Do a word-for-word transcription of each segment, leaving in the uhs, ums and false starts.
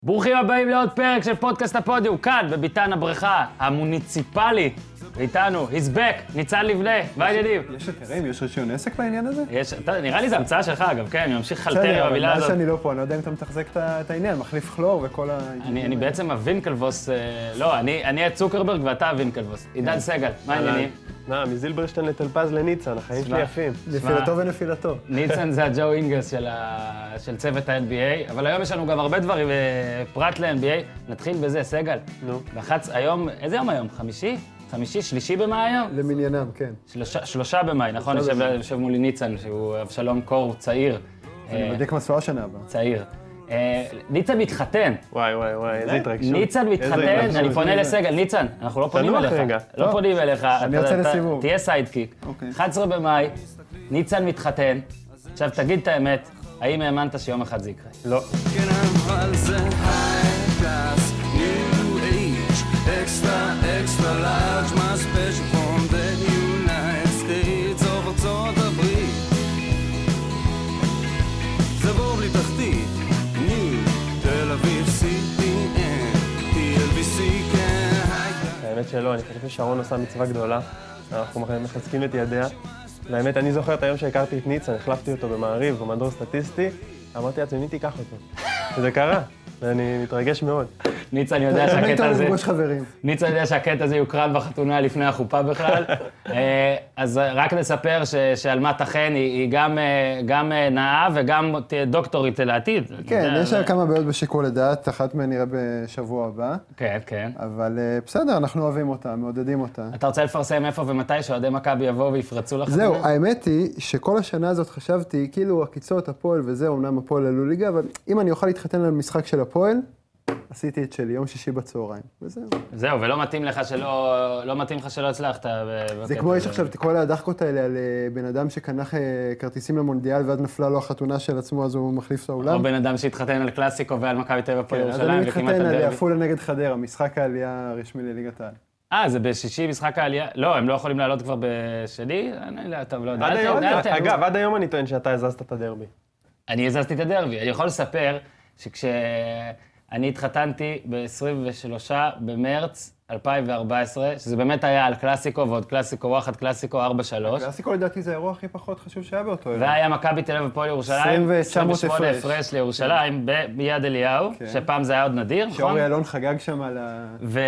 ברוכים הבאים לעוד פרק של פודקאסט הפודיום, כאן בביתן הבריכה המוניציפלי. איתנו, he's back, ניצן לבנה, מה העניינים? יש היתרים, יש רישיון עסק בעניין הזה? יש, נראה לי זה המצאה שלך אגב, כן, אני ממשיך חלטר עם המילה הזאת. מה שאני לא פה, אני לא יודע אם אתה מתחזק את העניין, מחליף כלור וכל ה... אני בעצם הווינקלבוס, לא, אני הצוקרברג ואתה הווינקלבוס. עידן סגל, מה העניינים? נע, מזילברשטיין לטלפז לניצן, החיים שלי יפים. נפילתו ונפילתו. ניצן זה הג'ו אינגס של צוות ה-אן בי איי, אבל היום יש לנו גם הרבה דברים פרט ל-אן בי איי. נתחיל בזה, סגל. נו. היום, איזה יום היום? חמישי? חמישי? שלישי במאי היום? למניינם, כן. שלושה, שלושה במאי, נכון? יושב מולי ניצן, שהוא אבשלום קור צעיר. אני בדיוק מסועה שנה הבאה. צעיר. ניצן מתחתן. וואי וואי וואי, איזה התרגשות. ניצן מתחתן, אני פונה לסגל. ניצן, אנחנו לא פונים אליך. לא פונים אליך. אני יוצא לסיבוב. תהיה סיידקיק. אחד עשר במאי, ניצן מתחתן. עכשיו תגיד את האמת, האם האמנת שיום אחד זה יקרה? לא. האמת שלא, אני חושב ששרון עושה מצווה גדולה, אנחנו מחזקים את ידיה. והאמת, אני זוכר את היום שהכרתי את ניצן, החלפתי אותו במעריב, במדור סטטיסטי, אמרתי לעצמי, מי תיקח אותו? וזה קרה, ואני מתרגש מאוד. ניצן יודע שהקטע הזה... חברים. ניצן יודע שהקטע הזה יוקרן בחתונה לפני החופה בכלל. אז רק נספר שאלמת החן היא גם נאה וגם תהיה דוקטורית לעתיד. כן, יש כמה בעיות בשיקול לדעת, אחת מהן נראה בשבוע הבא. כן, כן. אבל בסדר, אנחנו אוהבים אותה, מעודדים אותה. אתה רוצה לפרסם איפה ומתי שאוהדי מכבי יבואו ויפרצו לך? זהו, האמת היא שכל השנה הזאת חשבתי, כאילו הקיצות הפועל וזה, אמנם הפועל עלו ליגה, אבל אם אני אוכל להתחתן על משחק של הפועל, עשיתי את שלי, יום שישי בצהריים, וזהו. זהו, ולא מתאים לך שלא, לא מתאים לך שלא הצלחת. זה כמו יש עכשיו כל הדחקות האלה על בן אדם שקנה כרטיסים למונדיאל ואז נפלה לו החתונה של עצמו, אז הוא מחליף את האולם. או בן אדם שהתחתן על קלאסיקו ועל מכבי תל אביב הפועל ירושלים וכמעט הדרבי. אז אני מתחתן על עפולה נגד חדרה, משחק העלייה הרשמי לליגת העל. אה, זה בשישי משחק העלייה? לא, הם לא יכולים לעלות כבר בשני? טוב, לא יודע. אגב, עד היום אני טוען שאתה הזזת את הדרבי. אני הזזתי את הדרבי. אני יכול לספר שכש... אני התחתנתי ב-עשרים ושלושה במרץ אלפיים וארבע עשרה, שזה באמת היה על קלאסיקו ועוד קלאסיקו וואחד, קלאסיקו ארבע שלוש. קלאסיקו לדעתי זה האירוע הכי פחות חשוב שהיה באותו אירוע. והיה מכבי תל אביב הפועל ירושלים, עשרים ושמונה הפרש לירושלים ביד אליהו, שפעם זה היה עוד נדיר, נכון? שאורי אלון חגג שם על ה...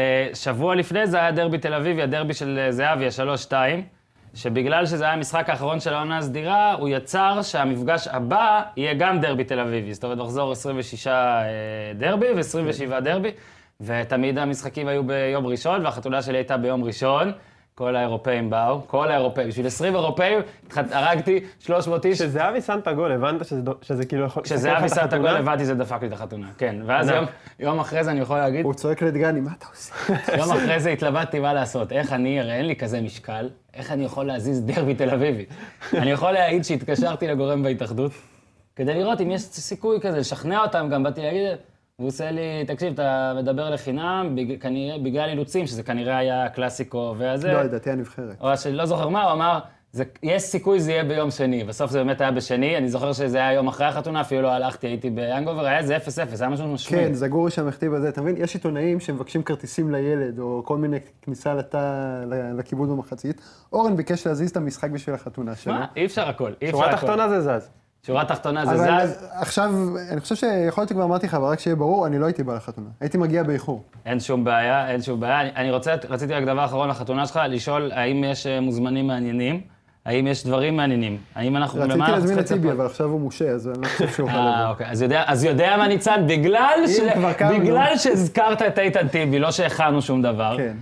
ושבוע לפני זה היה דרבי תל אביב, הדרבי של זהבי, ה-שלוש שתיים, שבגלל שזה היה המשחק האחרון של העונה הסדירה, הוא יצר שהמפגש הבא יהיה גם דרבי תל אביבי. זאת אומרת, נחזור עשרים ושישה דרבי ו-עשרים ושבעה דרבי, ותמיד המשחקים היו ביום ראשון, והחתונה שלי הייתה ביום ראשון. כל האירופאים באו, כל האירופאים. בשביל עשרים אירופאים, הרגתי שלוש מאות איש. כשזהבי שם את הגול, הבנת שזה, שזה כאילו יכול... כשזהבי שם את הגול, הבנתי שזה דפק לי את החתונה, כן. ואז יום, יום אחרי זה אני יכול להגיד... הוא צועק לדגני, מה אתה עושה? יום אחרי זה התלבטתי מה לעשות. איך אני, הרי אין לי כזה משקל, איך אני יכול להזיז דרבי תל אביבי? אני יכול להעיד שהתקשרתי לגורם בהתאחדות, כדי לראות אם יש סיכוי כזה, לשכנע אותם, גם באתי להגיד... והוא עושה לי, תקשיב, אתה מדבר לחינם, כנראה, בגלל אילוצים, שזה כנראה היה קלאסיקו והזה. לא, לדעתי הנבחרת. או שלא זוכר מה, הוא אמר, זה, יש סיכוי זה יהיה ביום שני. בסוף זה באמת היה בשני, אני זוכר שזה היה יום אחרי החתונה, אפילו לא הלכתי, הייתי באנגובר, היה זה אפס אפס, היה משהו משמעי. כן, זה גורי שהמכתיב הזה, אתה מבין? יש עיתונאים שמבקשים כרטיסים לילד, או כל מיני כניסה לתא, לכיבוד במחצית. אורן ביקש להזיז את המשחק בשביל החתונה שלו. מה? אי אפשר הכל, אי אפשר הכל. שורה תחתונה זה זז. שורה תחתונה זה אבל זז. עכשיו, אני חושב שיכול להיות שכבר אמרתי לך, אבל רק שיהיה ברור, אני לא הייתי בא לחתונה. הייתי מגיע באיחור. אין שום בעיה, אין שום בעיה. אני רוצה, רציתי רק דבר אחרון לחתונה שלך, לשאול האם יש מוזמנים מעניינים, האם יש דברים מעניינים, האם אנחנו... רציתי להזמין את טיבי, אבל עכשיו הוא מושה, אז אני לא חושב שהוא יכול לבוא. אה, אוקיי. אז יודע, אז יודע מה ניצן, בגלל ש... בגלל שהזכרת את איתן טיבי, לא שהכנו שום דבר. כן.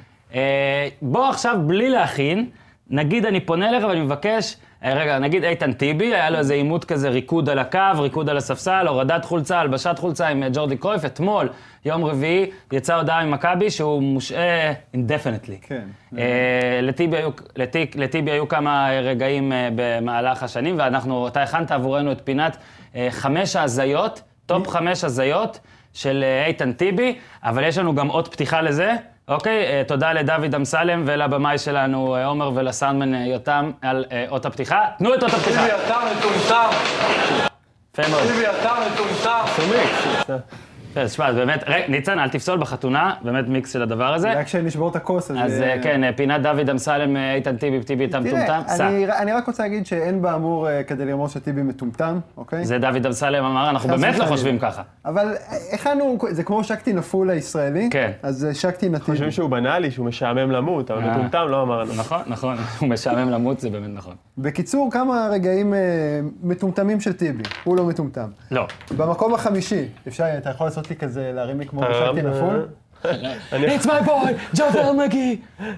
בוא עכשיו, בלי להכין, נגיד אני פונה אליך ואני מבקש, רגע, נגיד איתן טיבי, היה לו איזה עימות כזה, ריקוד על הקו, ריקוד על הספסל, הורדת חולצה, הלבשת חולצה עם ג'ורדי קרויף. אתמול, יום רביעי, יצא הודעה ממכבי שהוא מושעה indefinitely. כן. לטיבי היו, לטיבי היו כמה רגעים במהלך השנים, ואנחנו, אתה הכנת עבורנו את פינת חמש ההזיות, טופ חמש הזיות של איתן טיבי, אבל יש לנו גם עוד פתיחה לזה. אוקיי, תודה לדוד אמסלם ולבמאי שלנו עומר ולסאונדמן יותם על אות הפתיחה. תנו את אות הפתיחה. טיבי אתה מטומטם. יפה מאוד. טיבי אתה מטומטם. סומק. כן, תשמע, באמת, ניצן, אל תפסול בחתונה, באמת מיקס של הדבר הזה. רק כשנשבור את הכוס, אז... אז כן, פינת דוד אמסלם, איתן טיבי, טיבי איתם מטומטם, סע. תראה, אני רק רוצה להגיד שאין באמור כדי לרמוז שטיבי מטומטם, אוקיי? זה דוד אמסלם אמר, אנחנו באמת לא חושבים ככה. אבל הכנו, זה כמו שקטי נפול הישראלי, כן. אז שקטי נטיבי. חושבים שהוא בנאלי, שהוא משעמם למות, אבל מטומטם לא אמרנו. נכון, נכון, הוא משעמם למות, זה באמת נכון. בקיצור, כמה רגעים מטומטמים של טיבי, הוא לא מטומטם. לא. במקום החמישי, אפשר, אתה יכול לעשות לי כזה, להרים לי כמו שקטי נפול? It's my boy, ג'ובר מגי!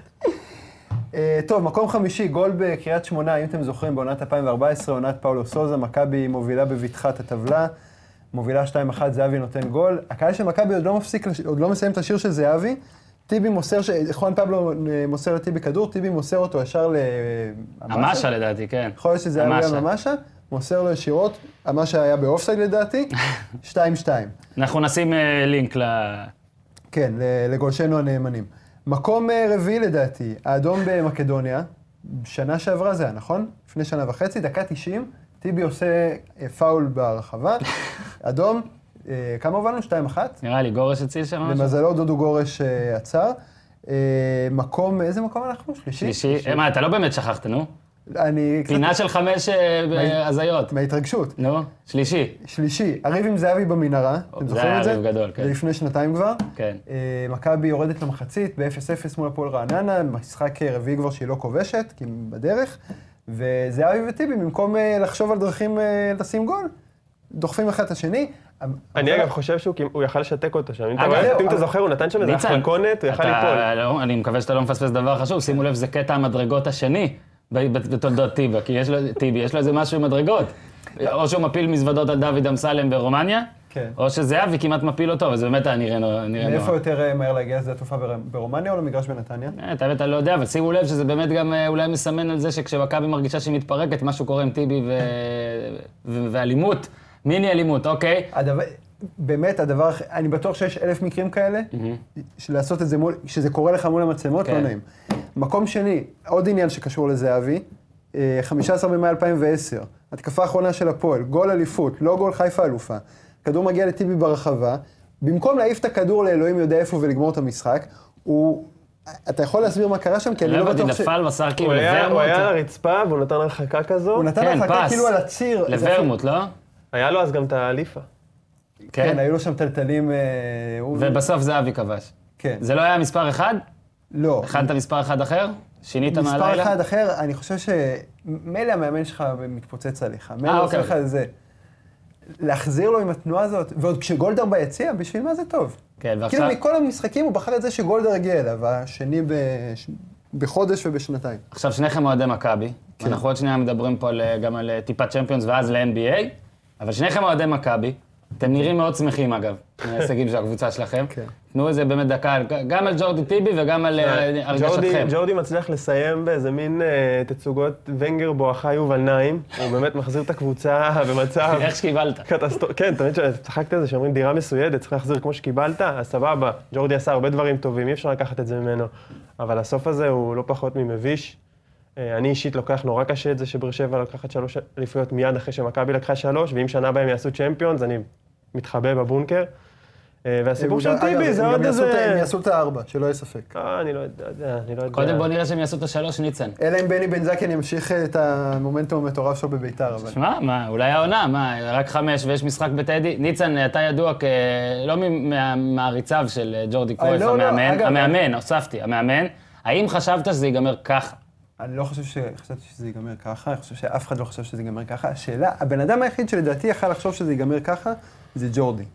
טוב, מקום חמישי, גול בקריית שמונה, אם אתם זוכרים, בעונת אלפיים וארבע עשרה, עונת פאולו סוזה, מכבי מובילה בבטחת הטבלה, מובילה שתיים אחת, זהבי נותן גול. הקהל של מכבי עוד לא מפסיק, עוד לא מסיים את השיר של זהבי, טיבי מוסר, חואן פבלו מוסר לטיבי כדור, טיבי מוסר אותו ישר למשה. המשה לדעתי, כן. יכול להיות שזה היה גם המשה, מוסר לו ישירות, המשה היה באופסייד לדעתי, שתיים שתיים. אנחנו נשים לינק ל... כן, לגולשנו הנאמנים. מקום רביעי לדעתי, האדום במקדוניה, שנה שעברה זה היה, נכון? לפני שנה וחצי, דקה תשעים, טיבי עושה פאול ברחבה, אדום, כמה הובלנו? שתיים אחת? נראה לי, גורש הציל שם משהו? למזלו דודו גורש עצר. מקום, איזה מקום אנחנו? שלישי? שלישי. מה, אתה לא באמת שכחת, נו? אני... פינה של חמש הזיות. מההתרגשות. נו, שלישי. שלישי, הריב עם זהבי במנהרה, אתם זוכרים את זה? זה הריב גדול, כן. זה לפני שנתיים כבר. כן. מכבי יורדת למחצית ב-אפס אפס מול הפועל רעננה, משחק רביעי כבר שהיא לא כובשת, כי בדרך, וזהבי וטיבי, במקום לחשוב על דרכים לשים גול, דוחפים אחד את השני. אני אגב חושב שהוא יכל לשתק אותו שם. אם אתה זוכר, הוא נתן שם איזה חלקונת, הוא יכל ליפול. אני מקווה שאתה לא מפספס דבר חשוב, שימו לב, זה קטע המדרגות השני. בתולדות טיבי, כי יש לו, טיבי, יש לו איזה משהו עם מדרגות. או שהוא מפיל מזוודות על דוד אמסלם ברומניה, כן. או שזהבי כמעט מפיל אותו, וזה באמת היה נראה נורא. מאיפה יותר מהר להגיע לזה התופעה ברומניה או למגרש בנתניה? את האמת, אני לא יודע, אבל שימו לב שזה באמת גם אולי מסמן על זה שכשמכבי מרגישה שהיא מתפרקת, משהו קורה עם טיבי ואלימות, מיני אלימות, אוקיי? באמת, הדבר, אני בטוח שיש אלף מקרים כאלה, לעשות את זה מול, שזה קורה לך מול המצלמות, לא נעים. מקום שני, עוד עניין שקשור לזהבי, חמישה עשר במאי אלפיים ועשר, התקפה האחרונה של הפועל, גול אליפות, לא גול חיפה אלופה, כדור מגיע לטיבי ברחבה, במקום להעיף את הכדור לאלוהים יודע איפה ולגמור את המשחק, הוא... אתה יכול להסביר מה קרה שם? כי אני לא בטוח ש... נפל בשר כאילו הוא לוורמוט. היה על הרצפה והוא נתן הרחקה כזו. הוא נתן הרחקה כאילו על הציר. לוורמוט, לא? היה לו אז גם את האליפה. כן, היו לו שם טלטלים... ובסוף זהבי כבש. כן. זה לא היה מספר אחד? לא. הכנת מספר אחד אחר? שינית מהלילה? מספר אחד אחר, אני חושב שמילא המאמן שלך מתפוצץ עליך. מילא עושה לך את זה. להחזיר לו עם התנועה הזאת, ועוד כשגולדר ביציע, בשביל מה זה טוב? כן, ועכשיו... כאילו מכל המשחקים הוא בחר את זה שגולדר הגיע אליו, השני בחודש ובשנתיים. עכשיו שניכם אוהדי מכבי, אנחנו עוד שנייה מדברים פה גם על טיפת צ'מפיונס ואז ל-אן בי איי, אבל שניכם אוהדי מכבי, אתם נראים מאוד שמחים אגב, מההישגים של הקבוצה שלכם. תנו איזה באמת דקה, גם על ג'ורדי טיבי וגם על הרגשתכם. ג'ורדי מצליח לסיים באיזה מין תצוגות ונגר בואכה יובל נעים, הוא באמת מחזיר את הקבוצה במצב... איך שקיבלת. כן, תמיד שצחקת על זה שאומרים דירה מסוידת, צריך להחזיר כמו שקיבלת, אז סבבה, ג'ורדי עשה הרבה דברים טובים, אי אפשר לקחת את זה ממנו, אבל הסוף הזה הוא לא פחות ממביש. אני אישית לוקח נורא קשה את זה שבאר שבע לקחת שלוש אליפויות מיד אחרי שמכבי לקחה שלוש, ואם שנה בהם יעשו צ'מפיונס, אני מתחבא בבונקר. והסיפור של טיבי זה עוד איזה... הם יעשו את הארבע, שלא יהיה ספק. אה, אני לא יודע, אני לא יודע. קודם בוא נראה שהם יעשו את השלוש ניצן. אלא אם בני בן זקן ימשיך את המומנטום המטורף שלו בביתר, אבל... שמע, מה, אולי העונה, מה, רק חמש ויש משחק בטדי. ניצן, אתה ידוע כלא מהמעריציו של ג'ורדי קרויף, המאמן, המאמן, הוספתי, המאמן. האם חשבת שזה ייגמר ככה? אני לא חושב שחשבתי שזה ייגמר ככה, אני חושב שאף אחד לא חושב שזה ייגמר ככה. השאלה, הבן אדם היחיד שלדעתי יכל לחשוב שזה ייגמר ככה, זה ג'ורדי.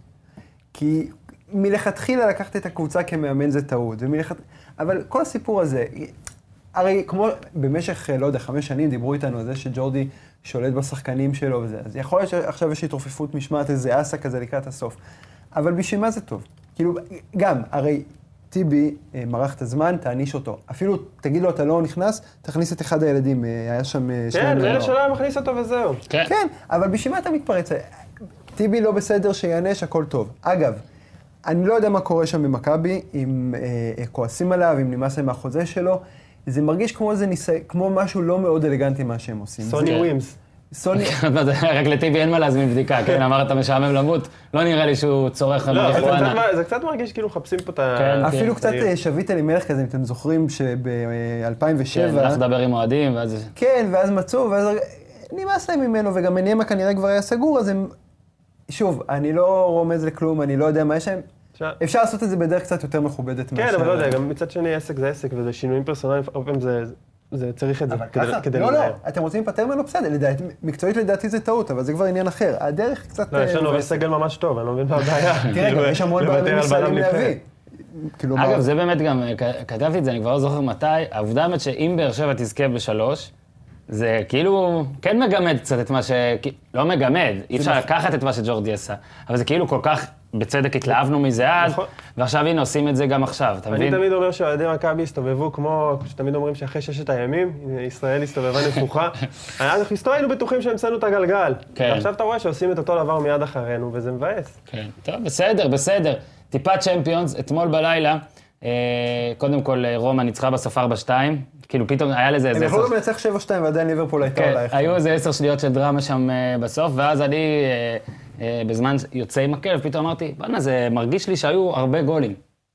כי מלכתחילה לקחת את הקבוצה כמאמן זה טעות, ומלכת... אבל כל הסיפור הזה, הרי כמו במשך, לא יודע, חמש שנים דיברו איתנו על זה שג'ורדי שולט בשחקנים שלו וזה, אז יכול להיות שעכשיו יש התרופפות משמעת, איזה אסה כזה לקראת הסוף. אבל בשביל מה זה טוב? כאילו, גם, הרי טיבי מרח את הזמן, תעניש אותו. אפילו תגיד לו, אתה לא נכנס, תכניס את אחד הילדים, היה שם... כן, ראה שלא היה מכניס אותו וזהו. כן. כן, אבל בשביל מה אתה מתפרץ? טיבי לא בסדר שיענש, הכל טוב. אגב, אני לא יודע מה קורה שם במכבי, אם אה, כועסים עליו, אם נמאס להם מהחוזה שלו, זה מרגיש כמו, זה ניסי, כמו משהו לא מאוד אלגנטי מה שהם עושים. סוני זה, ווימס. סוני... רק לטיבי אין מה להזמין בדיקה, כן? אמרת משעמם למות, לא נראה לי שהוא צורך מריחואנה. זה קצת מרגיש כאילו מחפשים פה את ה... אפילו קצת שביט אלימלך כזה, אם אתם זוכרים שב-אלפיים ושבע... כן, הלך לדבר עם אוהדים, ואז... כן, ואז מצאו, ואז נמאס להם ממנו, וגם מניאמה כנראה כבר היה סגור, אז הם... שוב, אני לא רומז לכלום, אני לא יודע מה יש להם. אפשר לעשות את זה בדרך קצת יותר מכובדת. כן, אבל לא יודע, גם מצד שני עסק זה עסק, וזה שינויים פרסונליים, הרבה פעמים זה... זה צריך את זה כדי לנהל. לא, לא, אתם רוצים להיפטר ממנו בסדר, מקצועית לדעתי זה טעות, אבל זה כבר עניין אחר. הדרך קצת... לא, יש לנו יש סגל ממש טוב, אני לא מבין מה הבעיה. תראה, גם יש המון בעלים ישראלים להביא. אגב, זה באמת גם, כתבתי את זה, אני כבר לא זוכר מתי, העובדה באמת שאם באר שבע תזכה בשלוש, זה כאילו כן מגמד קצת את מה ש... לא מגמד, אי אפשר לקחת את מה שג'ורדי עשה, אבל זה כאילו כל כך בצדק התלהבנו מזה אז, ועכשיו הנה עושים את זה גם עכשיו, אתה מבין? אני תמיד אומר שהאוהדי מכבי הסתובבו כמו, שתמיד אומרים שאחרי ששת הימים, ישראל הסתובבה נפוחה. אנחנו היינו בטוחים שהמצאנו את הגלגל. ועכשיו אתה רואה שעושים את אותו דבר מיד אחרינו, וזה מבאס. כן, טוב, בסדר, בסדר. טיפה צ'מפיונס, אתמול בלילה, קודם כל רומא ניצחה בסוף ארבע שתיים, כאילו פתאום היה לזה איזה... הם יכולו גם לנצח שבע שתיים ועדיין ליברפול הייתה עלייך. היו איזה עשר שניות של דרמה שם בסוף, ואז אני בזמן יוצא עם הקלב, פתאום אמרתי, בנה, זה מרגיש לי שהיו הרבה גולים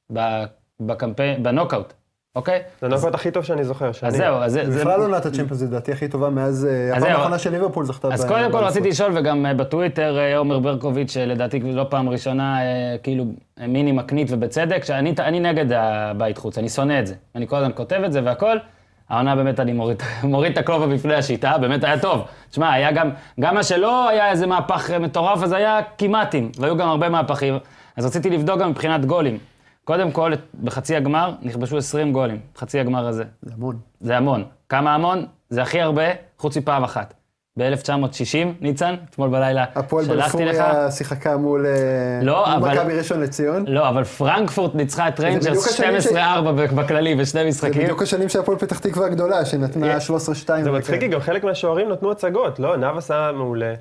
בקמפיין, בנוקאוט, אוקיי? זה הנוקאוט הכי טוב שאני זוכר. אז זהו, אז זה... בכלל לא נעת הצ'מפיונס, זה דעתי הכי טובה מאז הפעם האחרונה של ליברפול זכתה. אז קודם כל רציתי לשאול, וגם בטוויטר עומר ברקוביץ', שלדעתי לא פעם ראשונה, כאילו מיני מקנית ובצדק, שאני נגד הבית חוץ, אני שונא את זה. אני כל הזמן כותב את זה והכל. העונה באמת אני מוריד, מוריד את הכובע בפני השיטה, באמת היה טוב. תשמע, היה גם, גם מה שלא היה איזה מהפך מטורף, אז היה כמעטים, והיו גם הרבה מהפכים. אז רציתי לבדוק גם מבחינת גולים. קודם כל, בחצי הגמר נכבשו עשרים גולים, חצי הגמר הזה. זה המון. זה המון. כמה המון? זה הכי הרבה, חוץ מפעם אחת. ב-אלף תשע מאות שישים, ניצן, אתמול בלילה, הפועל בלפוריה שיחקה מול מכבי ראשון לציון. לא, אבל פרנקפורט ניצחה את ריינג'רס שתים עשרה ארבע בכללי בשני משחקים. זה בדיוק השנים שהפועל פתח תקווה הגדולה, שנתנה שלוש עשרה שתיים. זה מצחיק, גם חלק מהשוערים נתנו הצגות, לא? נאב עשה מעולה.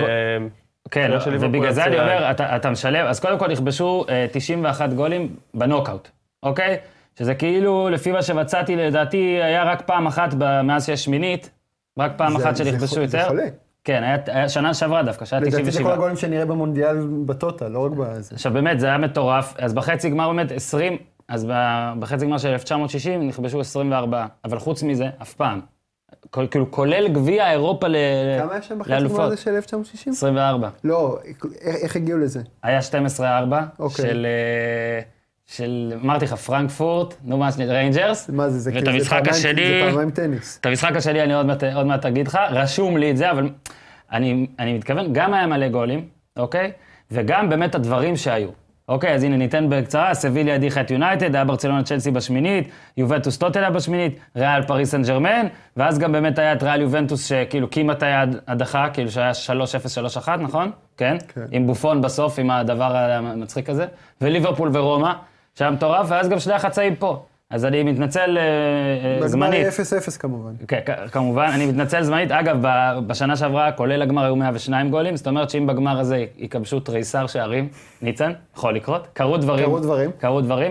כן, ובגלל זה אני אומר, אתה משלב, אז קודם כל נכבשו תשעים ואחד גולים בנוקאוט, אוקיי? שזה כאילו, לפי מה שמצאתי, לדעתי, היה רק פעם אחת מאז שיש שמינית, רק פעם אחת שנכבשו יותר. זה חולה. כן, היה שנה שעברה דווקא, שהיה תשעים ושבע. לדעתי זה כל הגולים שנראה במונדיאל בטוטל, לא רק בזה. עכשיו באמת, זה היה מטורף, אז בחצי גמר באמת עשרים, אז בחצי גמר של אלף תשע מאות שישים נכבשו עשרים וארבע, אבל חוץ מזה, אף פעם. כאילו, כולל גביע אירופה לאלופות. כמה היה שם בחצי גמר הזה של אלף תשע מאות שישים? עשרים וארבע. לא, איך הגיעו לזה? היה שתים עשרה ארבע של... של, אמרתי לך, פרנקפורט, נו מה, ריינג'רס. מה זה, זה ואת המשחק השני... זה פעמיים טניס. את המשחק השני אני עוד מעט, עוד מעט אגיד לך, רשום לי את זה, אבל אני, אני מתכוון, גם היה מלא גולים, אוקיי? וגם באמת הדברים שהיו. אוקיי, אז הנה ניתן בקצרה, סביליה הדיחה את יונייטד, היה ברצלונה צ'לסי בשמינית, יובנטוס טוטנהאם בשמינית, ריאל פריס סן ז'רמן, ואז גם באמת היה את ריאל יובנטוס שכאילו כמעט היה הדחה, כאילו שהיה שלוש אפס שלוש אחת, נכון? כן? כן. עם בופון בסוף, עם הדבר המצחיק הזה, וליברפול ורומא, שהיה מטורף, ואז גם שני החצאים פה. אז אני מתנצל uh, זמנית. בגמר אפס אפס כמובן. כן, כמובן, אני מתנצל זמנית. אגב, בשנה שעברה, כולל הגמר היו מאה ושתיים גולים, זאת אומרת שאם בגמר הזה יקבשו תריסר שערים, ניצן, יכול לקרות, קרו דברים. קרו דברים. קרו דברים.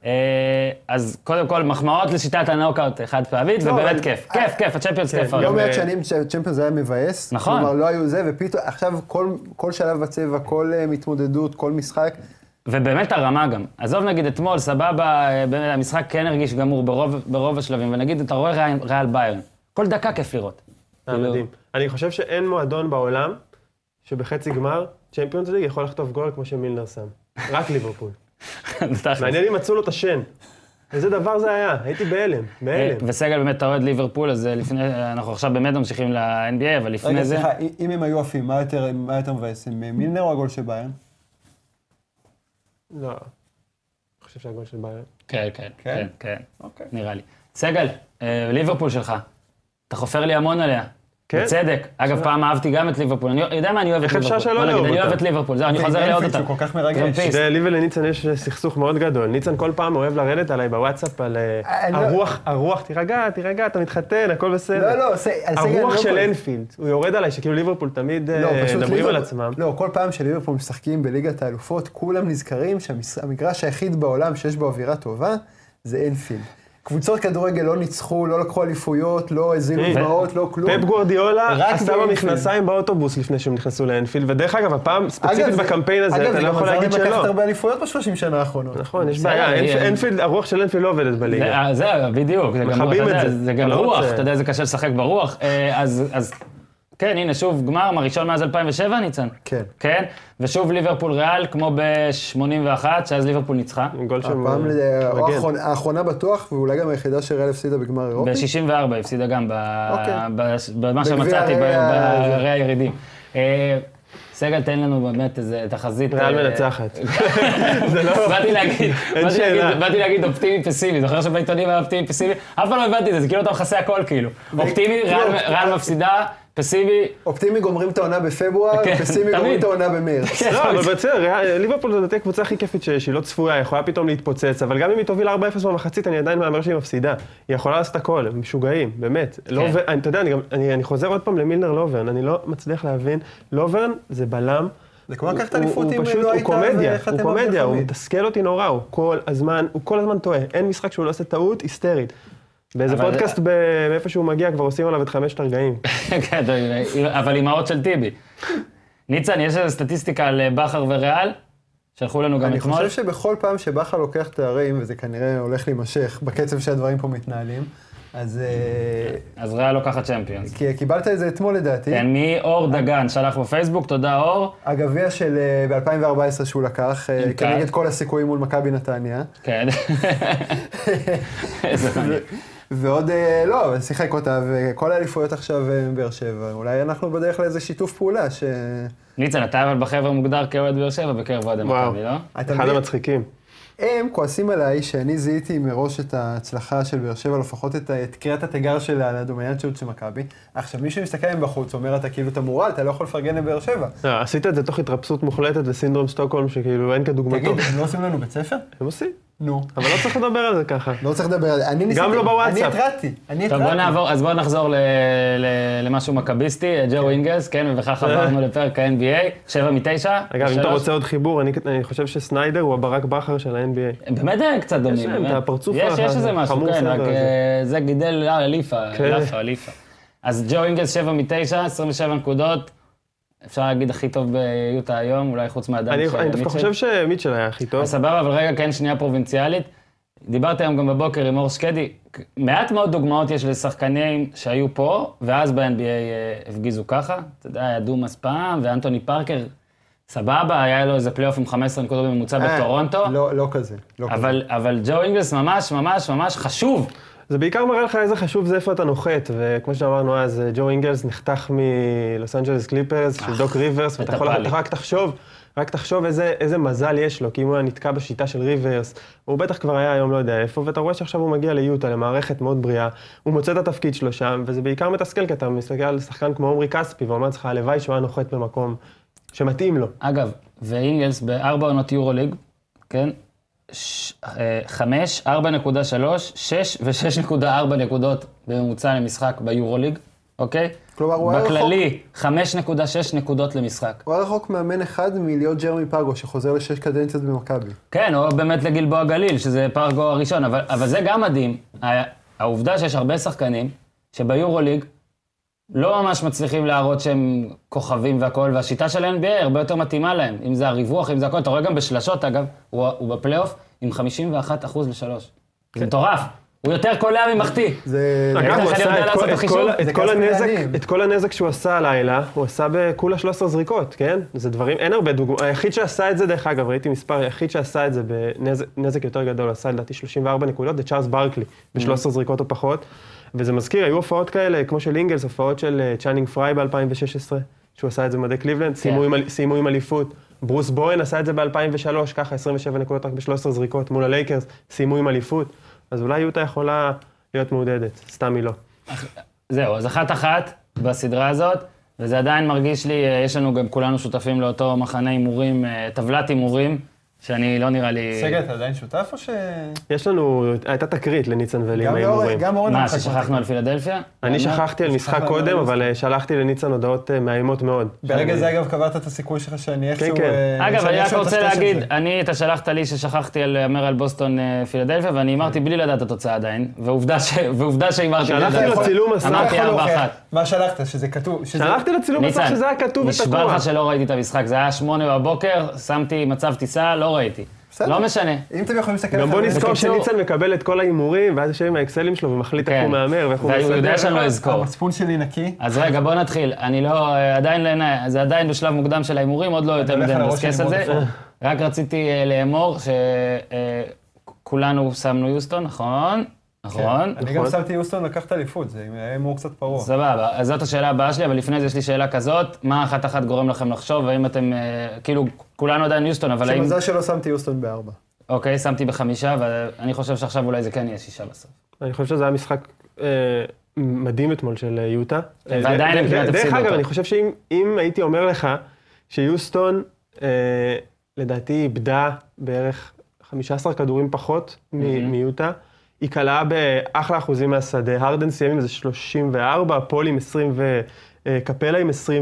אז קודם כל, מחמאות לשיטת הנוקאוט חד פעמית, ובאמת כיף. כיף, כיף, הצ'מפיונס כיף. לא מעט שנים שהצ'מפיונס היה מבאס. נכון. כלומר, לא היו זה, ופתאום, עכשיו כל שלב בצבע, כל מתמודדות, כל משחק, ובאמת הרמה גם. עזוב נגיד אתמול, סבבה, המשחק כן הרגיש גמור ברוב, ברוב השלבים, ונגיד אתה רואה ריאל ביירן. כל דקה כיף לראות. מדהים. אני חושב שאין מועדון בעולם שבחצי גמר צ'מפיונס ליג יכול לכתוב גול כמו שמילנר שם. רק ליברפול. מעניין אם מצאו לו את השן. איזה דבר זה היה? הייתי בהלם, בהלם. וסגל באמת, אתה אוהד ליברפול, אז לפני, אנחנו עכשיו באמת ממשיכים ל-אן בי איי, אבל לפני זה... רגע, סליחה, אם הם היו עפים, מה יותר מבאס? מילנר או הגול של ביירן? לא, אני חושב שהגול של ביירן. כן, כן, כן, כן, נראה לי. סגל, ליברפול שלך, אתה חופר לי המון עליה. כן? בצדק. אגב, פעם אהבתי גם את ליברפול. אני יודע מה, אני אוהב את ליברפול. איך אפשר שלא לאהוב אותה? אני אוהב את ליברפול, זהו, אני חוזר לאהוב אותה. הוא כל כך מרגש. לי ולניצן יש סכסוך מאוד גדול. ניצן כל פעם אוהב לרדת עליי בוואטסאפ על הרוח, הרוח, תירגע, תירגע, אתה מתחתן, הכל בסדר. לא, לא, הרוח של אנפילד, הוא יורד עליי, שכאילו ליברפול תמיד מדברים על עצמם. לא, כל פעם שליברפול משחקים בליגת האלופות, כולם נזכרים שהמגרש היחיד בעולם שיש בו אווירה טובה, זה אנפילד. קבוצות כדורגל לא ניצחו, לא לקחו אליפויות, לא הזינו דמעות, לא כלום. פפ גוארדיולה רק עשה באנפילד. במכנסיים באוטובוס לפני שהם נכנסו לאנפילד, ודרך אגב, הפעם ספציפית בקמפיין הזה, אתה לא יכול להגיד אגב, זה גם עזר להם לקחת שלא. הרבה אליפויות בשלושים שנה האחרונות. נכון, יש בעיה, בסדר, אנפילד, הרוח של אנפילד לא עובדת בליגה. זה, זה, בדיוק, זה גם, אתה מכבים את יודע, זה. זה גם אתה לא רוח, רוצה- אתה יודע, זה קשה לשחק ברוח. אה, אז, אז כן, הנה, שוב גמר, הראשון מאז אלפיים ושבע, ניצן. כן. כן, ושוב ליברפול ריאל, כמו ב-שמונים ואחת, שאז ליברפול ניצחה. גול של הפעם, ל- או מגן. האחרון- האחרונה בטוח, ואולי גם היחידה שריאל הפסידה בגמר אירופי. ב-שישים וארבע הפסידה גם, ב- אוקיי. ב- במה בגביע שמצאתי, הרי ה- ברי הירידים. אה, סגל, תן לנו באמת איזה תחזית. ריאל אה, מנצחת. זה לא... באתי להגיד, אין באתי שאלה. להגיד- באתי להגיד אופטימי פסימי, זוכר שבעיתונים היה אופטימי פסימי? אף פעם לא הבנתי את זה, זה כאילו אתה מכסה הכל כאילו. אופטימי, ריאל- ריאל מפסידה, פסימי, אופטימי גומרים את העונה בפברואר, כן, פסימי גומרים תמיד. את העונה במרץ. לא, אבל בסדר, ריאל- ליברפול זו לדעתי הקבוצה הכי כיפית ש- שהיא לא צפויה, היא יכולה פתאום להתפוצץ, אבל גם אם היא תוביל ארבע אפס במחצית, אני עדיין מהמר שהיא מפסידה. היא יכולה לעשות הכל, הם משוגעים, באמת. לוברן- אני- אתה יודע, אני גם- אני אני חוזר עוד פעם למילנר לוברן, אני לא מצליח להבין, לוברן זה בלם. זה כמו לקחת הוא- אליפות הוא אם פשוט- לא היית, הוא קומדיה, וחתם הוא עבד קומדיה, הוא חמיד. מתסכל אותי נורא, הוא כל הזמן, הוא כל הזמן טועה, אין משחק שהוא לא עושה טעות היסטרית. באיזה אבל- פודקאסט ב- מאיפה שהוא מגיע, כבר עושים עליו את חמשת הרגעים. כן, אבל אימהות של טיבי. ניצן, יש איזו סטטיסטיקה על בכר וריאל? שלחו לנו גם אני אתמול. חושב שבכל פעם שבכר לוקח תארים, וזה כנראה הולך להימשך בקצב שהדברים פה מתנהלים, אז אה, אז ריאל לוקחת צ'מפיונס. כי קיבלת את זה אתמול לדעתי. כן, מאור דגן, שלח בפייסבוק, תודה אור. הגביע של אה, ב-אלפיים וארבע עשרה שהוא לקח, אה, עם כנגד קהל. כל הסיכויים מול מכבי נתניה. כן. איזה מעניין. ועוד, אה, לא, שיחק אותה, וכל האליפויות עכשיו אה, באר שבע. אולי אנחנו בדרך לאיזה שיתוף פעולה, ש... ניצן, אתה אבל בחבר'ה מוגדר כאוהד באר שבע בקרב אוהדי וואו. מכבי, לא? אתה אחד מבין? המצחיקים. הם כועסים עליי שאני זיהיתי מראש את ההצלחה של באר שבע, לפחות את, ה- את קריאת התיגר של הדומיננטיות של מכבי. עכשיו, מי שמסתכל עליהם בחוץ אומר, אתה כאילו אתה מורל, אתה לא יכול לפרגן לבאר שבע. לא, עשית את זה תוך התרפסות מוחלטת וסינדרום סטוקהולם שכאילו אין כדוגמתו. תגיד, הם לא עושים לנו בית ספר? הם עושים, נו. אבל לא צריך לדבר על זה ככה. לא צריך לדבר על זה. אני ניסיתי, לא בוואטסאפ. אני התרעתי, אני טוב, בוא התרעתי. נעבור, אז בוא נחזור ל- ל- למשהו מכביסטי, ג'ו אינגלס, כן, ובכך עברנו לפרק ה-אן בי איי, שבע מתשע. אגב, אם אתה שלוש. רוצה עוד חיבור, אני אני חושב שסניידר הוא הברק בכר של ה-אן בי איי. הם באמת הם קצת דומים, יש להם באמת. את הפרצוף יש, יש איזה משהו, החמור כן, סדר רק הזה. אה, זה גידל אה, ליפה, כן. ליפה, ליפה. אז ג'ו אינגלס שבע מתשע, עשרים ושבע נקודות, אפשר להגיד הכי טוב ביוטה היום, אולי חוץ מהדם אני של אני דווקא מיטשל. חושב שמיטשל היה הכי טוב. אז סבבה, אבל רגע, כן, שנייה פרובינציאלית. דיברתי היום גם בבוקר עם אור שקדי, מעט מאוד דוגמאות יש לשחקנים שהיו פה, ואז ב-אן בי איי אה, הפגיזו ככה. אתה יודע, היה דומאס פעם, ואנטוני פארקר, סבבה, היה לו איזה פלייאוף עם חמש עשרה נקודות בממוצע אה, בטורונטו, לא, לא כזה, לא כזה. אבל, אבל ג'ו אינגלס ממש ממש ממש חשוב. זה בעיקר מראה לך איזה חשוב זה איפה אתה נוחת, וכמו שאמרנו אז, ג'ו אינגלס נחתך מלוס אנג'לס קליפרס של דוק ריברס, ואתה יכול מטפלי. רק תחשוב, רק תחשוב איזה, איזה מזל יש לו, כי אם הוא היה נתקע בשיטה של ריברס, הוא בטח כבר היה היום לא יודע איפה, ואתה רואה שעכשיו הוא מגיע ליוטה, למערכת מאוד בריאה, הוא מוצא את התפקיד שלו שם, וזה בעיקר מתסכל, כי אתה מסתכל על שחקן כמו עומרי כספי, ואומר לך, הלוואי שהוא היה נוחת במקום שמתאים לו. אגב, ואינגלס בארבע עונות יורוליג, כן? ש- אה, חמש, ארבע נקודה שלוש, שש ושש נקודה ארבע נקודות בממוצע למשחק ביורוליג, אוקיי? כלומר, הוא היה בכללי, חמש נקודה שש נקודות למשחק. הוא היה רחוק מאמן אחד מלהיות ג'רמי פאגו, שחוזר לשש קדנציות במכבי. כן, או באמת לגלבוע גליל, שזה פרגו הראשון, אבל, אבל זה גם מדהים. ה- העובדה שיש הרבה שחקנים שביורוליג לא ממש מצליחים להראות שהם כוכבים והכל, והשיטה של ה-אן בי איי הרבה יותר מתאימה להם. אם זה הריווח, אם זה הכל. אתה רואה גם בשלשות, אגב, הוא, הוא בפלייאוף עם חמישים ואחד אחוז לשלוש. זה מטורף. הוא יותר קולע ממחטיא. זה... אגב, איך הוא אני עשה יודע את לעשות כל- את את החישוב? כל- זה את כל כספי הנזק, עניים. את כל הנזק שהוא עשה הלילה, הוא עשה בכולה שלוש עשרה זריקות, כן? זה דברים, אין הרבה דוגמאות. היחיד שעשה את זה, דרך אגב, ראיתי מספר, היחיד שעשה את זה בנזק יותר גדול, עשה לדעתי שלושים וארבע נקודות, זה צ'ארלס ברקלי, ב-שלוש עשרה זריקות או פחות. וזה מזכיר, היו הופעות כאלה, כמו של אינגלס, הופעות של אה, צ'אנינג פריי ב-אלפיים ושש עשרה, שהוא עשה את זה במדי קליבלנד, סיימו עם- סיימו עם אליפות. ברוס בוהן עשה את זה ב-אלפיים ושלוש, ככה עשרים ושבע נקודות רק ב-שלוש עשרה זריקות מול הלייקרס, סיימו עם אליפות. אז אולי יוטה יכולה להיות מעודדת, סתם היא לא. זהו, אז אחת אחת בסדרה הזאת, וזה עדיין מרגיש לי, אה, יש לנו גם כולנו שותפים לאותו מחנה הימורים, אה, טבלת הימורים, שאני לא נראה לי... סגל, אתה עדיין שותף או ש... יש לנו, הייתה תקרית לניצן ולי עם ההימורים. גם אורן... מה, ששכחנו על פילדלפיה? אני שכחתי על משחק קודם, אבל שלחתי לניצן הודעות מאיימות מאוד. ברגע זה אגב קבעת את הסיכוי שלך שאני איכשהו... אגב, אני רק רוצה להגיד, אני, אתה שלחת לי ששכחתי על אמר על בוסטון פילדלפיה, ואני אמרתי בלי לדעת את התוצאה עדיין, ועובדה שהימרתי בלי לדעת. שלחתי לו צילום מסך. אמרתי ארבע אחת. מה שלחת? שזה כתוב? שלחתי לו צילום מסך שזה היה כתוב ותקוע. נשבע לך שלא ראיתי את המשחק, זה היה שמונה בבוקר, שמתי מצב טיסה, לא ראיתי. לא משנה. אם אתם יכולים להסתכל... גם בוא נזכור שניצן מקבל את כל ההימורים, ואז יושב עם האקסלים שלו ומחליט איך הוא מהמר ואיך הוא מסדר. והוא יודע שאני לא אזכור. המצפון שלי נקי. אז רגע, בוא נתחיל. אני לא... עדיין... זה עדיין בשלב מוקדם של ההימורים, עוד לא יותר מדי מדסקס על זה. רק רציתי לאמור שכולנו שמנו יוסטון, נכון? נכון. אני גם שמתי יוסטון לקחת אליפות, זה היה הימור קצת פרוע. סבבה, אז זאת השאלה הבאה שלי, אבל לפני זה יש לי שאלה כזאת, מה אחת אחת גורם לכם לחשוב, והאם אתם, כאילו, כולנו עדיין יוסטון, אבל האם... שמזל שלא שמתי יוסטון בארבע. אוקיי, שמתי בחמישה, ואני חושב שעכשיו אולי זה כן יהיה שישה בסוף. אני חושב שזה היה משחק מדהים אתמול של יוטה. ועדיין הם כמעט הפסידו אותו. דרך אגב, אני חושב שאם הייתי אומר לך שיוסטון, לדעתי, איבדה בערך חמישה עשר כדורים פחות מיוטה, היא קלה באחלה אחוזים מהשדה, הרדן סיים עם זה שלושים וארבע, פול עם עשרים וקפלה עם עשרים,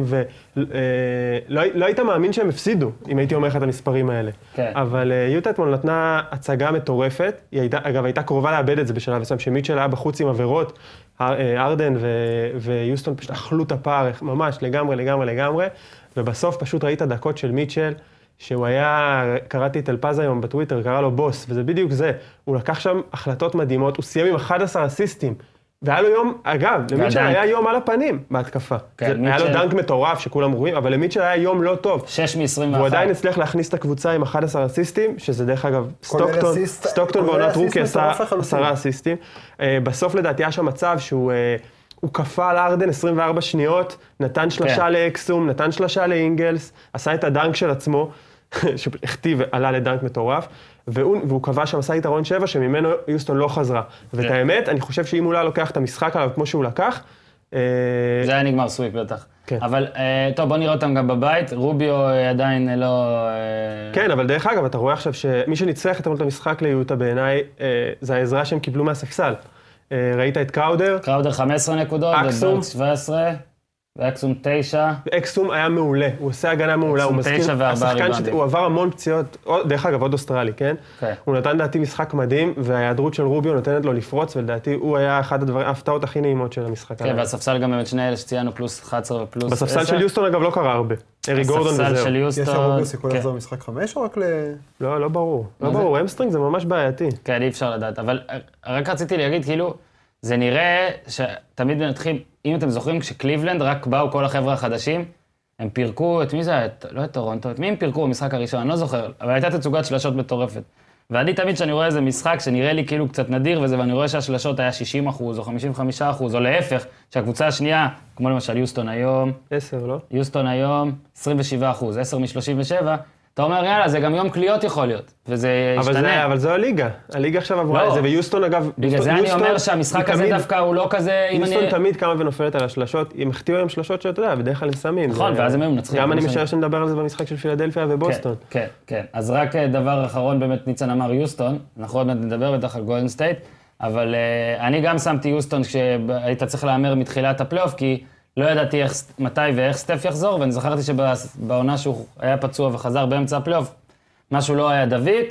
ולא היית מאמין שהם הפסידו, אם הייתי אומר לך את המספרים האלה. כן. אבל יוטה אתמול נתנה הצגה מטורפת, היא הייתה, אגב, הייתה קרובה לאבד את זה בשלב מסוים, שמיטשל היה בחוץ עם עבירות, הרדן ויוסטון פשוט אכלו את הפער, ממש לגמרי, לגמרי, לגמרי, ובסוף פשוט ראית דקות של מיטשל, שהוא היה, קראתי את אלפז היום בטוויטר, קרא לו בוס, וזה בדיוק זה. הוא לקח שם החלטות מדהימות, הוא סיים עם אחד עשר אסיסטים, והיה לו יום, אגב, למיטשל היה יום על הפנים בהתקפה. כן, היה לו דנק מטורף שכולם רואים, אבל למיטשל היה יום לא טוב. שש מ-עשרים ואחת. והוא עדיין הצליח להכניס את הקבוצה עם אחד עשר אסיסטים, שזה דרך אגב, סטוקטון, סטוקטון בעונת רוקי עשה עשרה אסיסטים. בסוף לדעתי היה שם מצב שהוא... הוא קפא על ארדן עשרים וארבע שניות, נתן שלשה לאקסום, נתן שלשה לאינגלס, עשה את הדנק של עצמו, שהכתיב, עלה לדנק מטורף, והוא, והוא קבע שם עשה יתרון שבע, שממנו יוסטון לא חזרה. ואת האמת, אני חושב שאם הוא לא לוקח את המשחק עליו כמו שהוא לקח... זה היה נגמר סוויפ בטח. אבל טוב, בוא נראה אותם גם בבית, רוביו עדיין לא... כן, אבל דרך אגב, אתה רואה עכשיו שמי שניצח את המשחק ליוטה בעיניי, זה העזרה שהם קיבלו מהספסל. ראית את קראודר? קראודר חמש עשרה נקודות, וברק שבע עשרה, ואקסום תשע. אקסום היה מעולה, הוא עושה הגנה מעולה, הוא מזכיר, השחקן שהוא עבר המון פציעות, דרך אגב, עוד אוסטרלי, כן? הוא נתן דעתי משחק מדהים, וההיעדרות של רוביו נותנת לו לפרוץ, ולדעתי הוא היה אחד הדברים, ההפתעות הכי נעימות של המשחק. כן, והספסל גם באמת שני אלה שציינו, פלוס אחת עשרה ופלוס עשר. בספסל של יוסטון אגב לא קרה הרבה, ארי גורדון וזהו. הספסל של יוסטון... יש לרוביו סיכוי לחזור משחק חמש או רק ל... לא, לא ברור. לא ברור, המסטרינג זה ממש בעייתי. כן, אי אפשר לדעת, אבל רק רציתי להגיד, כאילו, זה נראה שתמיד נתחיל, אם אתם זוכרים, כשקליבלנד רק באו כל החבר'ה החדשים, הם פירקו, את מי זה היה? לא את טורונטו, את מי הם פירקו במשחק הראשון? אני לא זוכר, אבל הייתה תצוגת שלשות מטורפת. ואני תמיד שאני רואה איזה משחק שנראה לי כאילו קצת נדיר וזה, ואני רואה שהשלשות היה שישים אחוז או חמישים וחמישה אחוז, או להפך, שהקבוצה השנייה, כמו למשל יוסטון היום, עשר, לא? יוסטון היום, עשרים ושבעה אחוז, עשר מ-שלושים ושבע, אתה אומר, יאללה, זה גם יום קליות יכול להיות, וזה אבל ישתנה. זה, אבל זו הליגה, הליגה עכשיו עברה לא. את זה, ויוסטון אגב... בגלל זה אני אומר שהמשחק הזה תמיד, דווקא הוא לא כזה... יוסטון אני... תמיד קמה ונופלת על השלשות, הם החטיאו היום שלשות שאתה יודע, בדרך כלל הם שמים. נכון, זה... ואז הם היו מנצחים. גם אני משער שנדבר על זה במשחק של פילדלפיה ובוסטון. כן, כן, כן. אז רק דבר אחרון, באמת ניצן אמר יוסטון, אנחנו עוד מעט נדבר בטח על גולדן סטייט, אבל uh, אני גם שמתי יוסטון כשהיית צריך להאמר מתחילת הפלייאוף, כי לא ידעתי איך, מתי ואיך סטף יחזור, ואני זכרתי שבעונה שהוא היה פצוע וחזר באמצע הפלייאוף, משהו לא היה דביק,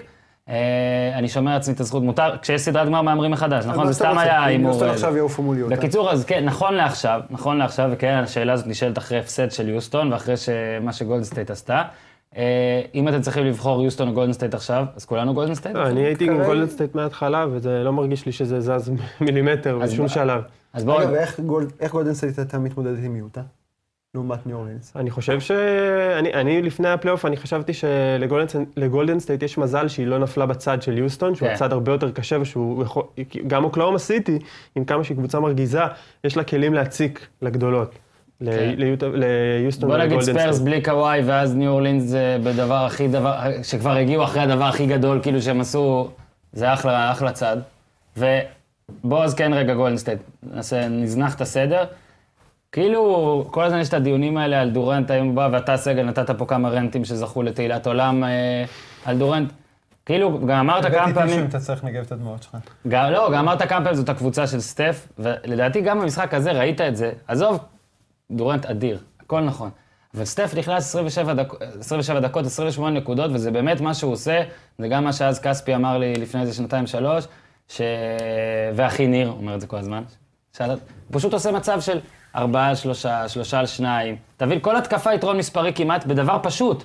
אני שומר עצמי את הזכות מותר, כשיש סדרת גמר מאמרים מחדש, נכון? זה סתם היה הימור. יוסטון עכשיו יעופו מול יוטה. בקיצור, אז כן, נכון לעכשיו, נכון לעכשיו, וכן, השאלה הזאת נשאלת אחרי הפסד של יוסטון, ואחרי מה שגולדן סטייט עשתה. אם אתם צריכים לבחור יוסטון או גולדן סטייט עכשיו, אז כולנו גולדן סטייט? אני הייתי עם גולדן סטייט מההתחלה, וזה לא מרגיש לי שזה זז מילימטר בשום שלב. אגב, איך גולדן סטייט הייתה מתמודדת עם יוטה? לעומת ניו אורלינס. אני חושב ש... אני, אני לפני הפלייאוף, אני חשבתי שלגולדן סטייט יש מזל שהיא לא נפלה בצד של יוסטון, שהוא הצד הרבה יותר קשה, ושהוא יכול... גם אוקלאומה סיטי, עם כמה שהיא קבוצה מרגיזה, יש לה כלים להציק לגדולות. ליוסטון ולגולדן סטייט. בוא נגיד ספרס בלי קוואי, ואז ניו אורלינס זה בדבר הכי דבר... שכבר הגיעו אחרי הדבר הכי גדול, כאילו שהם עשו... זה אחלה, אחלה צד. ובוא אז כן רגע גולדן סטייט, נזנח את הסדר. כאילו, כל הזמן יש את הדיונים האלה על דורנט היום בא, ואתה סגל, נתת פה כמה רנטים שזכו לתהילת עולם, על דורנט. כאילו, גם אמרת כמה הבאתי פעמים... טישו אם אתה צריך לנגב את הדמעות שלך. גם, לא, גם אמרת כמה פעמים זאת הקבוצה של סטף, ולדעתי גם במשחק הזה ראית את זה. עזוב, דורנט אדיר, הכל נכון. אבל סטף נכנס עשרים ושבע דקות, עשרים ושבע דקות, עשרים ושמונה נקודות, וזה באמת מה שהוא עושה. זה גם מה שאז כספי אמר לי לפני איזה שנתיים שלוש, ש... והכי ניר, אומר את זה כל הזמן. שאלה, הוא פשוט עושה מצב של ארבעה על שלושה, שלושה על שניים. תבין, כל התקפה יתרון מספרי כמעט בדבר פשוט.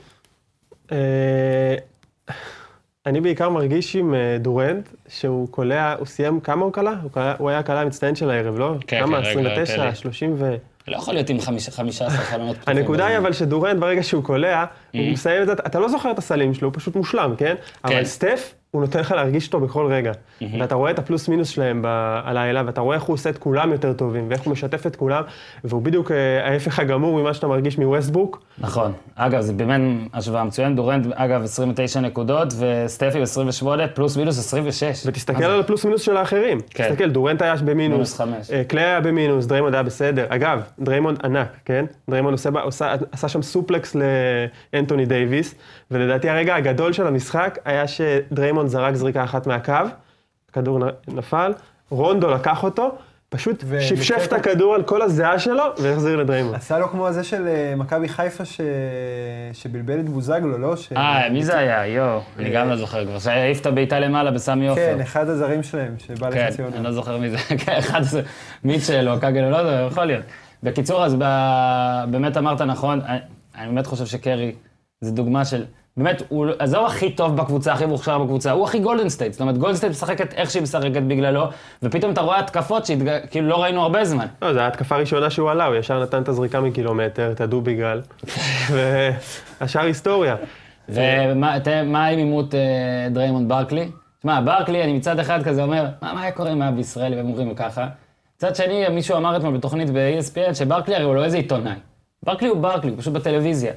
אני בעיקר מרגיש עם דורנט, שהוא קולע, הוא סיים כמה הוא קלע? הוא היה קלע המצטיין של הערב, לא? כן, כמה? כן, עשרים רגע, ותשע, שלושים ו... לא יכול להיות עם חמישה עשר חלונות פתוחים. הנקודה היא אבל שדורנט ברגע שהוא קולע, הוא מסיים את זה, אתה לא זוכר את הסלים שלו, הוא פשוט מושלם, כן? אבל סטף, הוא נותן לך להרגיש אותו בכל רגע. ואתה רואה את הפלוס מינוס שלהם הלילה, ואתה רואה איך הוא עושה את כולם יותר טובים, ואיך הוא משתף את כולם, והוא בדיוק ההפך הגמור ממה שאתה מרגיש מווסטברוק. נכון. אגב, זה באמת השוואה מצוין. דורנט, אגב, עשרים ותשע נקודות, וסטפי עשרים ושמונה, פלוס מינוס עשרים ושש. ותסתכל על הפלוס מינוס של האחרים. תסתכל, דורנט היה במינוס, קליי היה במינוס, דריימונד היה בסדר. אגב, דריימונד ענק, כן? דריימונד עשה שם סופלקס לאנטוני דייביס, ולדעתי הרגע הגדול של המשחק היה שדריימונד זרק זריקה אחת מהקו, הכדור נפל, רונדו לקח אותו, פשוט שפשף את הכדור על כל הזיעה שלו והחזיר לדריימונד. עשה לו כמו הזה של מכבי חיפה שבלבל את בוזגלו, לא? אה, מי זה היה? יו, אני גם לא זוכר כבר. שהעיף את הבעיטה למעלה בסמי עופר. כן, אחד הזרים שלהם שבא לחצי עונה. כן, אני לא זוכר מי זה. כן, אחד זה מיטשל או קאגל, לא יודע, יכול להיות. בקיצור, אז באמת אמרת נכון, אני באמת חושב שקרי זה דוגמה של... באמת, אז הוא הכי טוב בקבוצה, הכי מוכשר בקבוצה, הוא הכי גולדן סטייט. זאת אומרת, גולדן סטייט משחקת איך שהיא משחקת בגללו, ופתאום אתה רואה התקפות שכאילו לא ראינו הרבה זמן. לא, זו ההתקפה הראשונה שהוא עלה, הוא ישר נתן את הזריקה מקילומטר, את הדוביגל, והשאר היסטוריה. ומה עם עימות דריימונד ברקלי? תשמע, ברקלי, אני מצד אחד כזה אומר, מה היה קורה אם היה בישראל והם אומרים ככה? מצד שני, מישהו אמר אתמול בתוכנית ב-אי אס פי אן שברקלי הרי הוא לא איזה עיתונאי. ברקלי הוא ברקלי, הוא פשוט בטלוויזיה.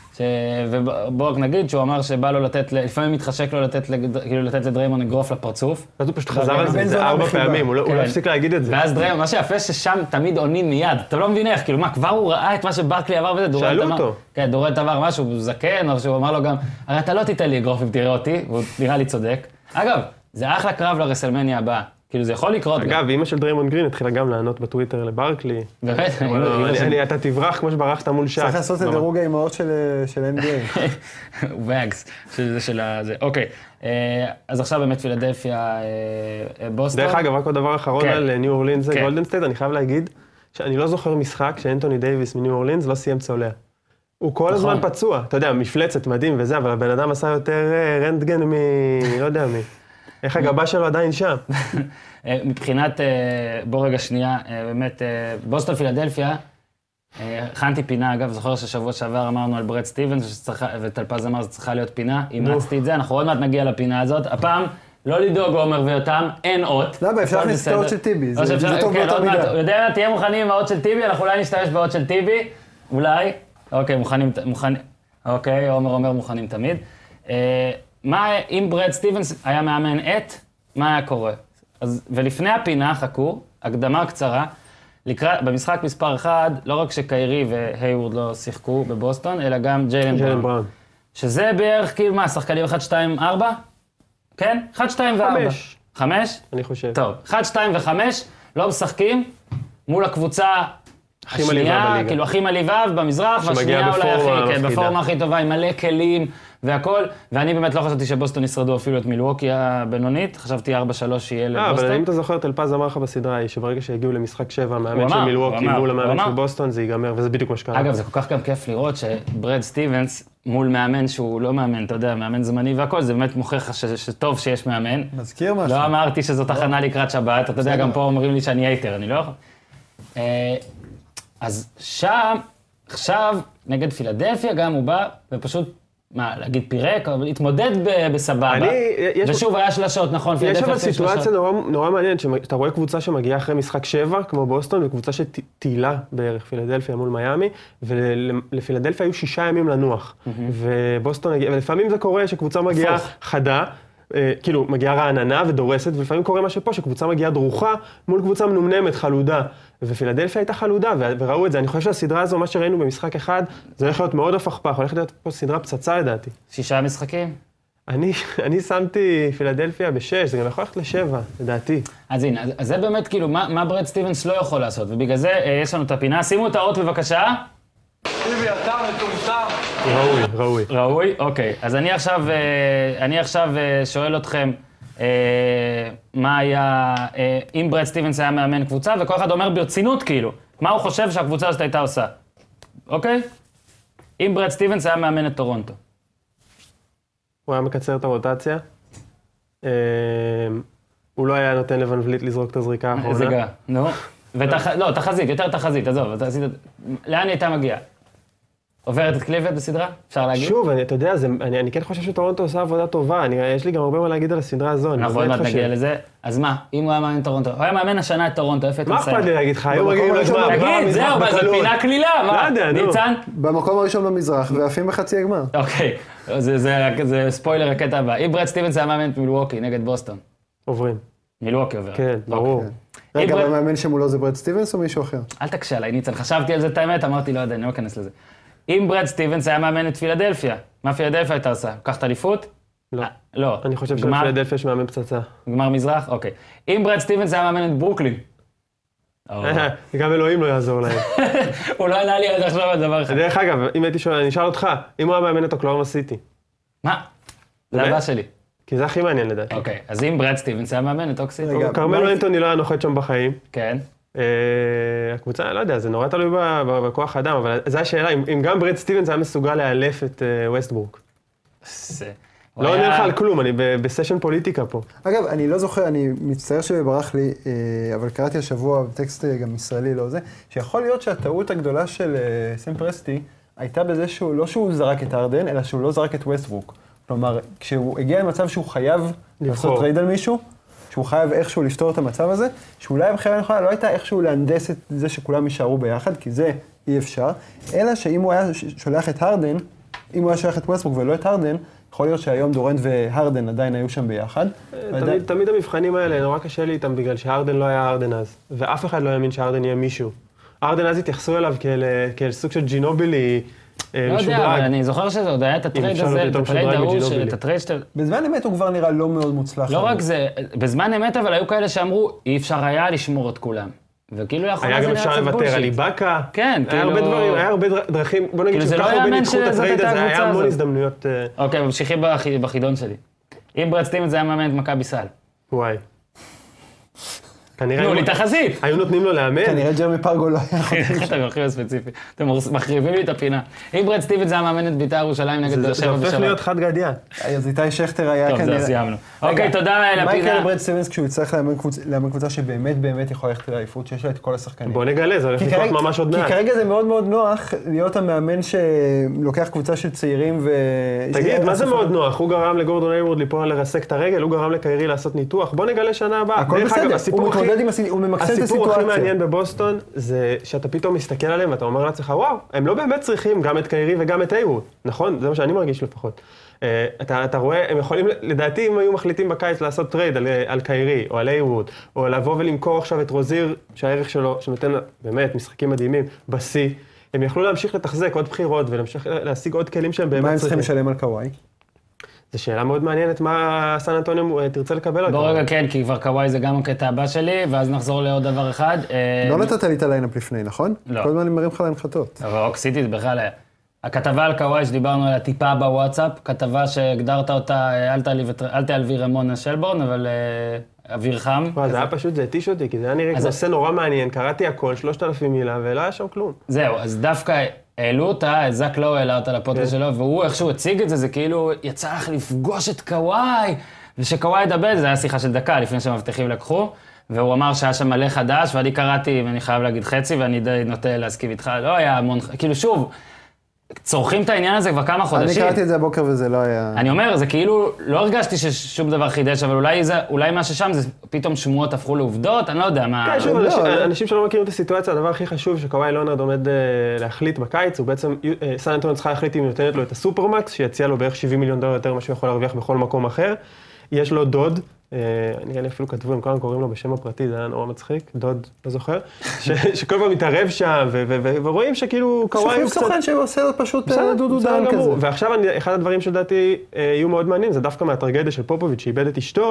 ובואו רק נגיד שהוא אמר שבא לו לתת, לפעמים מתחשק לו לתת, כאילו לתת לדריימונד אגרוף לפרצוף. אז הוא פשוט חזר על זה, זה ארבע פעמים, הוא לא הפסיק להגיד את זה. ואז דריימונד, מה שיפה ששם תמיד עונים מיד, אתה לא מבין איך, כאילו מה, כבר הוא ראה את מה שברקלי עבר וזה, שאלו אותו. כן, דורנט עבר משהו, הוא זקן, או שהוא אמר לו גם, הרי אתה לא תיתן לי אגרוף אם תראה אותי, והוא נראה לי צודק. אגב, זה אחלה קרב לרסלמניה הבאה. כאילו זה יכול לקרות. אגב, אמא של דריימונד גרין התחילה גם לענות בטוויטר לברקלי. באמת? אתה תברח כמו שברחת מול שעה. צריך לעשות את דירוג האימהות של אן בי איי. וגס, שזה של הזה. אוקיי, אז עכשיו באמת פילדלפיה, בוסטון. דרך אגב, רק עוד דבר אחרון על ניו אורלינס, גולדן סטייט, אני חייב להגיד שאני לא זוכר משחק שאנטוני דייביס מניו אורלינס לא סיים צולע. הוא כל הזמן פצוע. אתה יודע, מפלצת מדהים וזה, אבל הבן אדם עשה יותר רנטגן מ... לא יודע מי. איך הגבה שלו עדיין שם? מבחינת, בוא רגע שנייה, באמת, בוסטון פילדלפיה, הכנתי פינה, אגב, זוכר ששבוע שעבר אמרנו על ברד סטיבנס, וטלפז אמר, זו צריכה להיות פינה, אימצתי את זה, אנחנו עוד מעט נגיע לפינה הזאת. הפעם, לא לדאוג עומר ויותם, אין אות. למה, אפשר להכניס את האות של טיבי, זה טוב באותה מידה. הוא יודע, תהיה מוכנים עם האות של טיבי, אנחנו אולי נשתמש באות של טיבי, אולי. אוקיי, מוכנים, אוקיי, עומר אומר מוכנים תמיד. מה, אם ברד סטיבנס היה מאמן את, מה היה קורה? אז, ולפני הפינה, חכו, הקדמה קצרה, לקראת, במשחק מספר אחד, לא רק שקיירי והייוורד לא שיחקו בבוסטון, אלא גם ג'יילן בראון. בראון. שזה בערך, כאילו מה, שחקנים אחת, שתיים, ארבע? כן? אחת, שתיים וארבע. חמש. חמש? אני חושב. טוב, אחת, שתיים וחמש, לא משחקים מול הקבוצה השנייה, כאילו הכי מלהיבה במזרח, והשנייה אולי הכי, כן, בפורמה הכי טובה, עם מלא כלים והכל, ואני באמת לא חשבתי שבוסטון ישרדו אפילו את מילווקי הבינונית, חשבתי ארבע שלוש שיהיה לבוסטון. אבל אם אתה זוכר, טלפז אמר לך בסדרה היא שברגע שהגיעו למשחק שבע, המאמן של מילווקי מול המאמן של בוסטון, זה ייגמר, וזה בדיוק מה שקרה. אגב, זה כל כך גם כיף לראות שברד סטיבנס מול מאמן שהוא לא מאמן, אתה יודע, מאמן זמני והכל, זה באמת מוכיח שטוב שיש מאמן. מזכיר משהו. לא אמרתי שזאת הכנה לקראת שבת, אתה יודע, גם פה אומרים לי שאני הייטר, אני לא יכול. אז שם, עכשיו, נגד פילדלפיה גם הוא בא, ופשוט, מה, להגיד פירק, אבל התמודד בסבבה. ושוב, היה שלשות, נכון, פילדלפיה. יש אבל סיטואציה נורא מעניינת, שאתה רואה קבוצה שמגיעה אחרי משחק שבע, כמו בוסטון, וקבוצה שתהילה בערך, פילדלפיה מול מיאמי, ולפילדלפיה היו שישה ימים לנוח. ובוסטון, ולפעמים זה קורה שקבוצה מגיעה חדה, כאילו, מגיעה רעננה ודורסת, ולפעמים קורה מה שפה, שקבוצה מגיעה דרוכה מול קבוצה מנומנמת, חלודה. ופילדלפיה הייתה חלודה, וראו את זה. אני חושב שהסדרה הזו, מה שראינו במשחק אחד, זה הולך להיות מאוד הפכפך, הולך להיות פה סדרה פצצה לדעתי. שישה משחקים? אני, אני שמתי פילדלפיה בשש, זה גם יכול ללכת לשבע, לדעתי. אז הנה, אז זה באמת כאילו, מה, מה ברד סטיבנס לא יכול לעשות, ובגלל זה אה, יש לנו את הפינה. שימו את האות בבקשה. טיבי, אתה מטומטם. ראוי, ראוי. ראוי? אוקיי. אז אני עכשיו, אה, אני עכשיו אה, שואל אתכם, אה, מה היה, אה, אם ברד סטיבנס היה מאמן קבוצה, וכל אחד אומר ברצינות כאילו, מה הוא חושב שהקבוצה הזאת הייתה עושה. אוקיי? אם ברד סטיבנס היה מאמן את טורונטו. הוא היה מקצר את הרוטציה. אה, הוא לא היה נותן לבן וליט לזרוק את הזריקה האחרונה. איזה גאה, נו. ותח... לא, תחזית, יותר תחזית, עזוב, אתה עשית... לאן היא הייתה מגיעה? עוברת את קליבלנד בסדרה? אפשר להגיד? שוב, אני, אתה יודע, זה, אני, אני כן חושב שטורונטו עושה עבודה טובה, אני, יש לי גם הרבה מה להגיד על הסדרה הזו. אנחנו עוד מעט נגיע לזה. אז מה, אם הוא היה מאמן טורונטו, הוא היה מאמן השנה את טורונטו, איפה אתה מה מסיים? אכפת לי להגיד לך? היום מגיעים לגמר. תגיד, זהו, אבל זו פינה כלילה, מה? לא יודע, נו. ניצן? במקום הראשון במזרח, ועפים בחצי הגמר. אוקיי, זה- זה זה ספוילר הקטע הבא. אם ברד סטיבנס היה מאמן את מילווקי נגד בוסטון, עוברים. מילווקי עובר. כן, ברור. רגע, אם ברד- והמאמן שמולו זה ברד סטיבנס או מישהו אחר? אל תקשה עליי, ניצן, חשבתי על זה את האמת, אמרתי, לא יודע, אני לא אכנס לזה. אם ברד סטיבנס היה מאמן את פילדלפיה, מה פילדלפיה הייתה עושה? לקחת אליפות? לא. אה, לא. אני חושב גמר- שבפילדלפיה יש מאמן פצצה. גמר מזרח? אוקיי. אם ברד סטיבנס היה מאמן את ברוקלין. או. גם אלוהים לא יעזור להם. הוא לא ענה לי עד עכשיו על דבר אחד. דרך אגב, אם הייתי שואל, אני אשאל אותך, אם הוא היה מאמן את אוקלהומה סיטי, מה? זה באמת? הבא שלי. כי זה הכי מעניין לדעתי. אוקיי, אז אם ברד סטיבנס היה מאמן את אוקסיט. רגע, כרמלו אנטוני לא היה נוחת שם בחיים. כן. אה, הקבוצה, לא יודע, זה נורא תלוי ב- ב- בכוח אדם, אבל זו השאלה, אם אם גם ברד סטיבנס היה מסוגל לאלף את אה, ווסטברוק. זה- הוא לא היה- עונה לך על כלום, אני ב- בסשן פוליטיקה פה. אגב, אני לא זוכר, אני מצטער שברח לי, אה, אבל קראתי השבוע בטקסט אה, גם ישראלי, לא זה, שיכול להיות שהטעות הגדולה של אה, סם פרסטי הייתה בזה שהוא, לא שהוא זרק את ארדן, אלא שהוא לא זרק את ווסטברוק. כלומר, כשהוא הגיע למצב שהוא חייב לעשות טרייד על מישהו, שהוא חייב איכשהו לפתור את המצב הזה, שאולי הבחירה הנכונה לא הייתה איכשהו להנדס את זה שכולם יישארו ביחד, כי זה אי אפשר, אלא שאם הוא היה ש- שולח את הרדן, אם הוא היה שולח את ווסטברוק ולא את הרדן, יכול להיות שהיום דורנט והרדן עדיין היו שם ביחד. תמיד, תמיד המבחנים האלה, נורא קשה לי איתם בגלל שהרדן לא היה ארדן אז, ואף אחד לא האמין שהרדן יהיה מישהו. ארדן אז התייחסו אליו כאל, כאל סוג של ג'ינובילי אה, לא יודע, אבל משודרג. אני זוכר שזה עוד היה את הטרייד אפשר הזה, להיות את יותר הטרייד משודרג ההוא, מג'ינובילי. של- את הטרייד שאתה... בזמן אמת הוא כבר נראה לא מאוד מוצלח. לא לנו. רק זה, בזמן אמת אבל היו כאלה שאמרו, אי אפשר היה לשמור את כולם. וכאילו לאחרונה היה זה גם נראה אפשר קצת לוותר על בולשיט. איבאקה. כן, היה הרבה כאילו- דברים, היה הרבה דר- דרכים, בוא נגיד כאילו, זה שכל לא כך הרבה יאמן ניצחו את שזאת הטרייד הייתה הזה, הקבוצה היה המון הזאת. הזדמנויות, אה, אוקיי, ממשיכים בח- בחידון שלי. אם ברד סטיבנס היה מאמן את מכבי סל. וואי. כנראה תנו לי היו- תחזית. היו נותנים לו לאמן. כנראה ג'רמי פרגו לא היה יכול. איך אתה מרחיב ספציפי? אתם מחריבים לי את הפינה. אם ברד סטיבנס היה מאמן את בית"ר ירושלים נגד זה באר זה שבע הופך בשבת. להיות חד גדיה. אז איתי שכטר היה טוב, כנראה... זה סיימנו. רגע, אוקיי, תודה מה יקרה לפינה. לברד סטיבנס כשהוא יצטרך לאמן קבוצ- לאמן קבוצה שבאמת באמת יכולה ללכת לאליפות, שיש לה את כל השחקנים? בוא נגלה, זה הולך כי לקרות כרגע- ממש עוד כי מעט. כרגע זה מאוד מאוד נוח להיות המאמן שלוקח קבוצה של צעירים ו... תגיד, מה זה הסוף- מאוד נוח? הוא גרם לגורדון היוורד ליפול לרסק את הרגל, הוא גרם לקיירי לעשות ניתוח. בוא נגלה שנה הבאה. הכל דרך אגב, בסדר, הסיפור הוא הכי- מתמודד עם הסיטואציה, הוא ממקסם את הסיפור הכי הסיטואציה. מעניין בבוסטון זה שאתה פתאום מסתכל עליהם ואתה אומר לעצמך, וואו, הם לא באמת צריכים גם את קיירי וגם את היוורד. נכון? זה מה שאני מרגיש לפחות. אה, אתה, אתה רואה, הם יכולים, לדעתי אם היו מחליטים בקיץ לעשות טרייד על, על קיירי או על היוורד, או לבוא ולמכור עכשיו את רוזיר, שהערך שלו, שנותן באמת משחקים מדהימים, בשיא, הם יכלו להמשיך לתחזק עוד בחירות ולהמשיך להשיג עוד כלים שהם באמת מה הם צריכים. צריכים לשלם על קוואי? זו שאלה מאוד מעניינת, מה סן אנטוניו אה, תרצה לקבל אותה. בוא רגע, כן, כי כבר קוואי זה גם הקטע הבא שלי, ואז נחזור לעוד דבר אחד. אה, לא נתת לי את הליינאפ לפני, נכון? לא. כל הזמן אני מרים לך להנחתות. אבל אוקסיטית בכלל, אה, הכתבה על קוואי שדיברנו עליה טיפה בוואטסאפ, כתבה שהגדרת אותה, אה, אל תעליב את- אל תעלבי רמונה שלבורן, אבל אה, אוויר חם. וואי, זה היה פשוט, זה התיש אותי, כי זה היה נראה אז- כמו נושא נורא מעניין, קראתי הכל, שלושת אלפים מילה, ולא היה שם כלום. זהו, אז דווקא העלו אותה, זק לא העלה אותה לפודקאסט כן. שלו, והוא איכשהו הציג את זה, זה כאילו יצא לך לפגוש את קוואי, ושקוואי ידבר, זה היה שיחה של דקה לפני שהמבטחים לקחו, והוא אמר שהיה שם מלא חדש, ואני קראתי, ואני חייב להגיד חצי, ואני די נוטה להסכים איתך, לא היה המון, כאילו שוב, צורכים את העניין הזה כבר כמה אני חודשים. קראתי את זה הבוקר וזה לא היה... אני אומר, זה כאילו, לא הרגשתי ששום דבר חידש, אבל אולי, זה, אולי מה ששם זה פתאום שמועות הפכו לעובדות, אני לא יודע מה... כן, שוב, לא, אנשים- לא. אנשים שלא מכירים את הסיטואציה, הדבר הכי חשוב שקוואי לונרד עומד אה, להחליט בקיץ, הוא בעצם, אה, סן אנטוניו צריכה להחליט אם היא נותנת לו את הסופרמקס, שיציע לו בערך שבעים מיליון דולר יותר ממה שהוא יכול להרוויח בכל מקום אחר. יש לו דוד, אני אפילו כתבו, הם כולם קוראים לו בשם הפרטי, זה היה נורא מצחיק, דוד, לא זוכר, שכל פעם מתערב שם, ורואים שכאילו קוואי הוא קצת... סוכן שהוא עושה לו פשוט דודו דן כזה. ועכשיו אחד הדברים שלדעתי יהיו מאוד מעניינים, זה דווקא מהטרגדיה של פופוביץ' שאיבד את אשתו,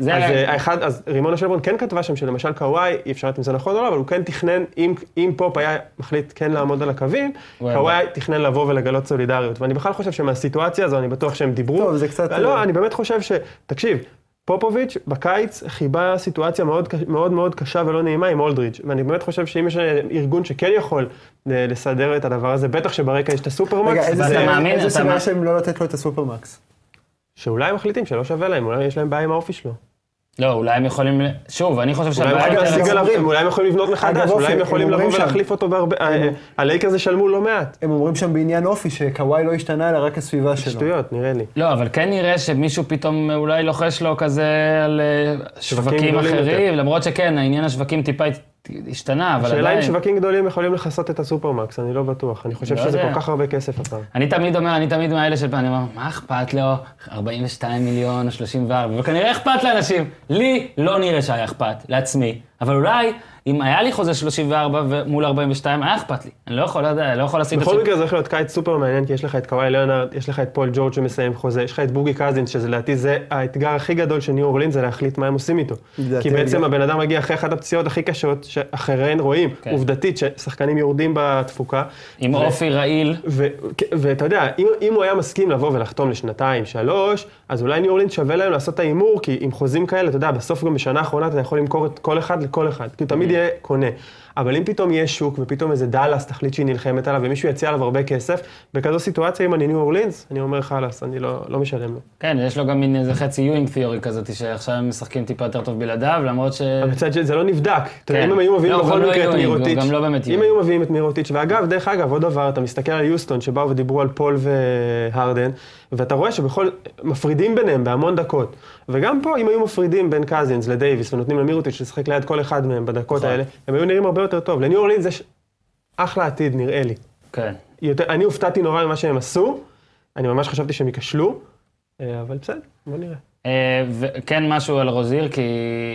אז רימונה שלברון כן כתבה שם שלמשל קוואי, אי אפשר לדעת אם זה נכון או לא, אבל הוא כן תכנן, אם פופ היה מחליט כן לעמוד על הקווים, קוואי תכנן לבוא ולגלות סולידריות, ואני בכלל חושב שמהסיטואציה הזו, אני בטוח שהם דיברו. טוב, זה קצת... לא, אני באמת חושב ש... תקשיב, פופוביץ' בקיץ חיבה סיטואציה מאוד מאוד מאוד קשה ולא נעימה עם אולדריץ', ואני באמת חושב שאם יש ארגון שכן יכול לסדר את הדבר הזה, בטח שברקע יש את הסופרמקס. רגע, איזה סיבה שהם לא לתת לו את הסופרמקס? שאולי הם מחליטים שלא שווה להם, אולי יש להם בעיה עם האופי שלו. לא, אולי הם יכולים, שוב, אני חושב שהבעיה... אולי הם יכולים לבנות מחדש, אולי הם יכולים לבוא ולהחליף אותו בהרבה... הלייקרס ישלמו לא מעט. הם אומרים שם בעניין אופי, שקוואי לא השתנה, אלא רק הסביבה שלו. שטויות, נראה לי. לא, אבל כן נראה שמישהו פתאום אולי לוחש לו כזה על שווקים אחרים, למרות שכן, העניין השווקים טיפה השתנה, אבל עדיין... השאלה אם שווקים גדולים יכולים לחסות את הסופרמקס, אני לא בטוח. אני חושב שזה כל כך הרבה כסף הפעם. אני תמיד אומר, אני תמיד מהאלה של פעם, אני אומר, מה אכפת לו? ארבעים ושתיים מיליון או שלושים וארבע, וכנראה אכפת לאנשים. לי לא נראה שהיה אכפת, לעצמי. אבל אולי, אם היה לי חוזה שלושים וארבע מול ארבעים ושתיים, היה אכפת לי. אני לא יכול, לא יכול לשים את זה. בכל מקרה זה יכול להיות קיץ סופר מעניין, כי יש לך את קוואי ליאונרד, יש לך את פול ג'ורג' שמסיים חוזה, יש לך את בוגי קזינס, שזה לדעתי זה האתגר הכי גדול של ניו אורלינס, זה להחליט מה הם עושים איתו. כי בעצם הבן אדם מגיע אחרי אחת הפציעות הכי קשות, שאחריהן רואים, עובדתית, ששחקנים יורדים בתפוקה. עם אופי רעיל. ואתה יודע, אם הוא היה מסכים לבוא ולחתום לשנתיים, שלוש, אז אולי ניו אורלינס שווה להם לעשות את האימור, כי עם חוזים כאלה, אתה יודע, בסוף גם בשנה האחרונה אתה יכול למכור את כל אחד לכל אחד, כי הוא תמיד יהיה קונה. אבל אם פתאום יהיה שוק ופתאום איזה דאלאס תחליט שהיא נלחמת עליו ומישהו יציע עליו הרבה כסף, בכזו סיטואציה אם אני ניו אורלינס, אני אומר חלאס, אני לא, לא משלם לו. כן, יש לו גם מין איזה חצי יואינג תיאורי כזאת, שעכשיו הם משחקים טיפה יותר טוב בלעדיו, למרות ש... אבל בצד שזה לא נבדק. כן. אם הם היו מביאים בכל מקרה את מירוטיץ', גם לא באמת אם היו מביאים את מירוטיץ', ואגב, דרך אגב, עוד דבר, אתה מסתכל על יוסטון שבאו ודיברו על פול והרדן, ואתה רואה שבכל, מפרידים ביניהם בהמון דקות. וגם פה, אם היו מפרידים בין קזינס לדייביס ונותנים למירוטיץ' לשחק ליד כל אחד מהם בדקות האלה, הם היו נראים הרבה יותר טוב. לניו אורלינס יש אחלה עתיד, נראה לי. כן. יותר, אני הופתעתי נורא ממה שהם עשו, אני ממש חשבתי שהם ייכשלו, אבל בסדר, בוא נראה. וכן משהו על רוזיר, כי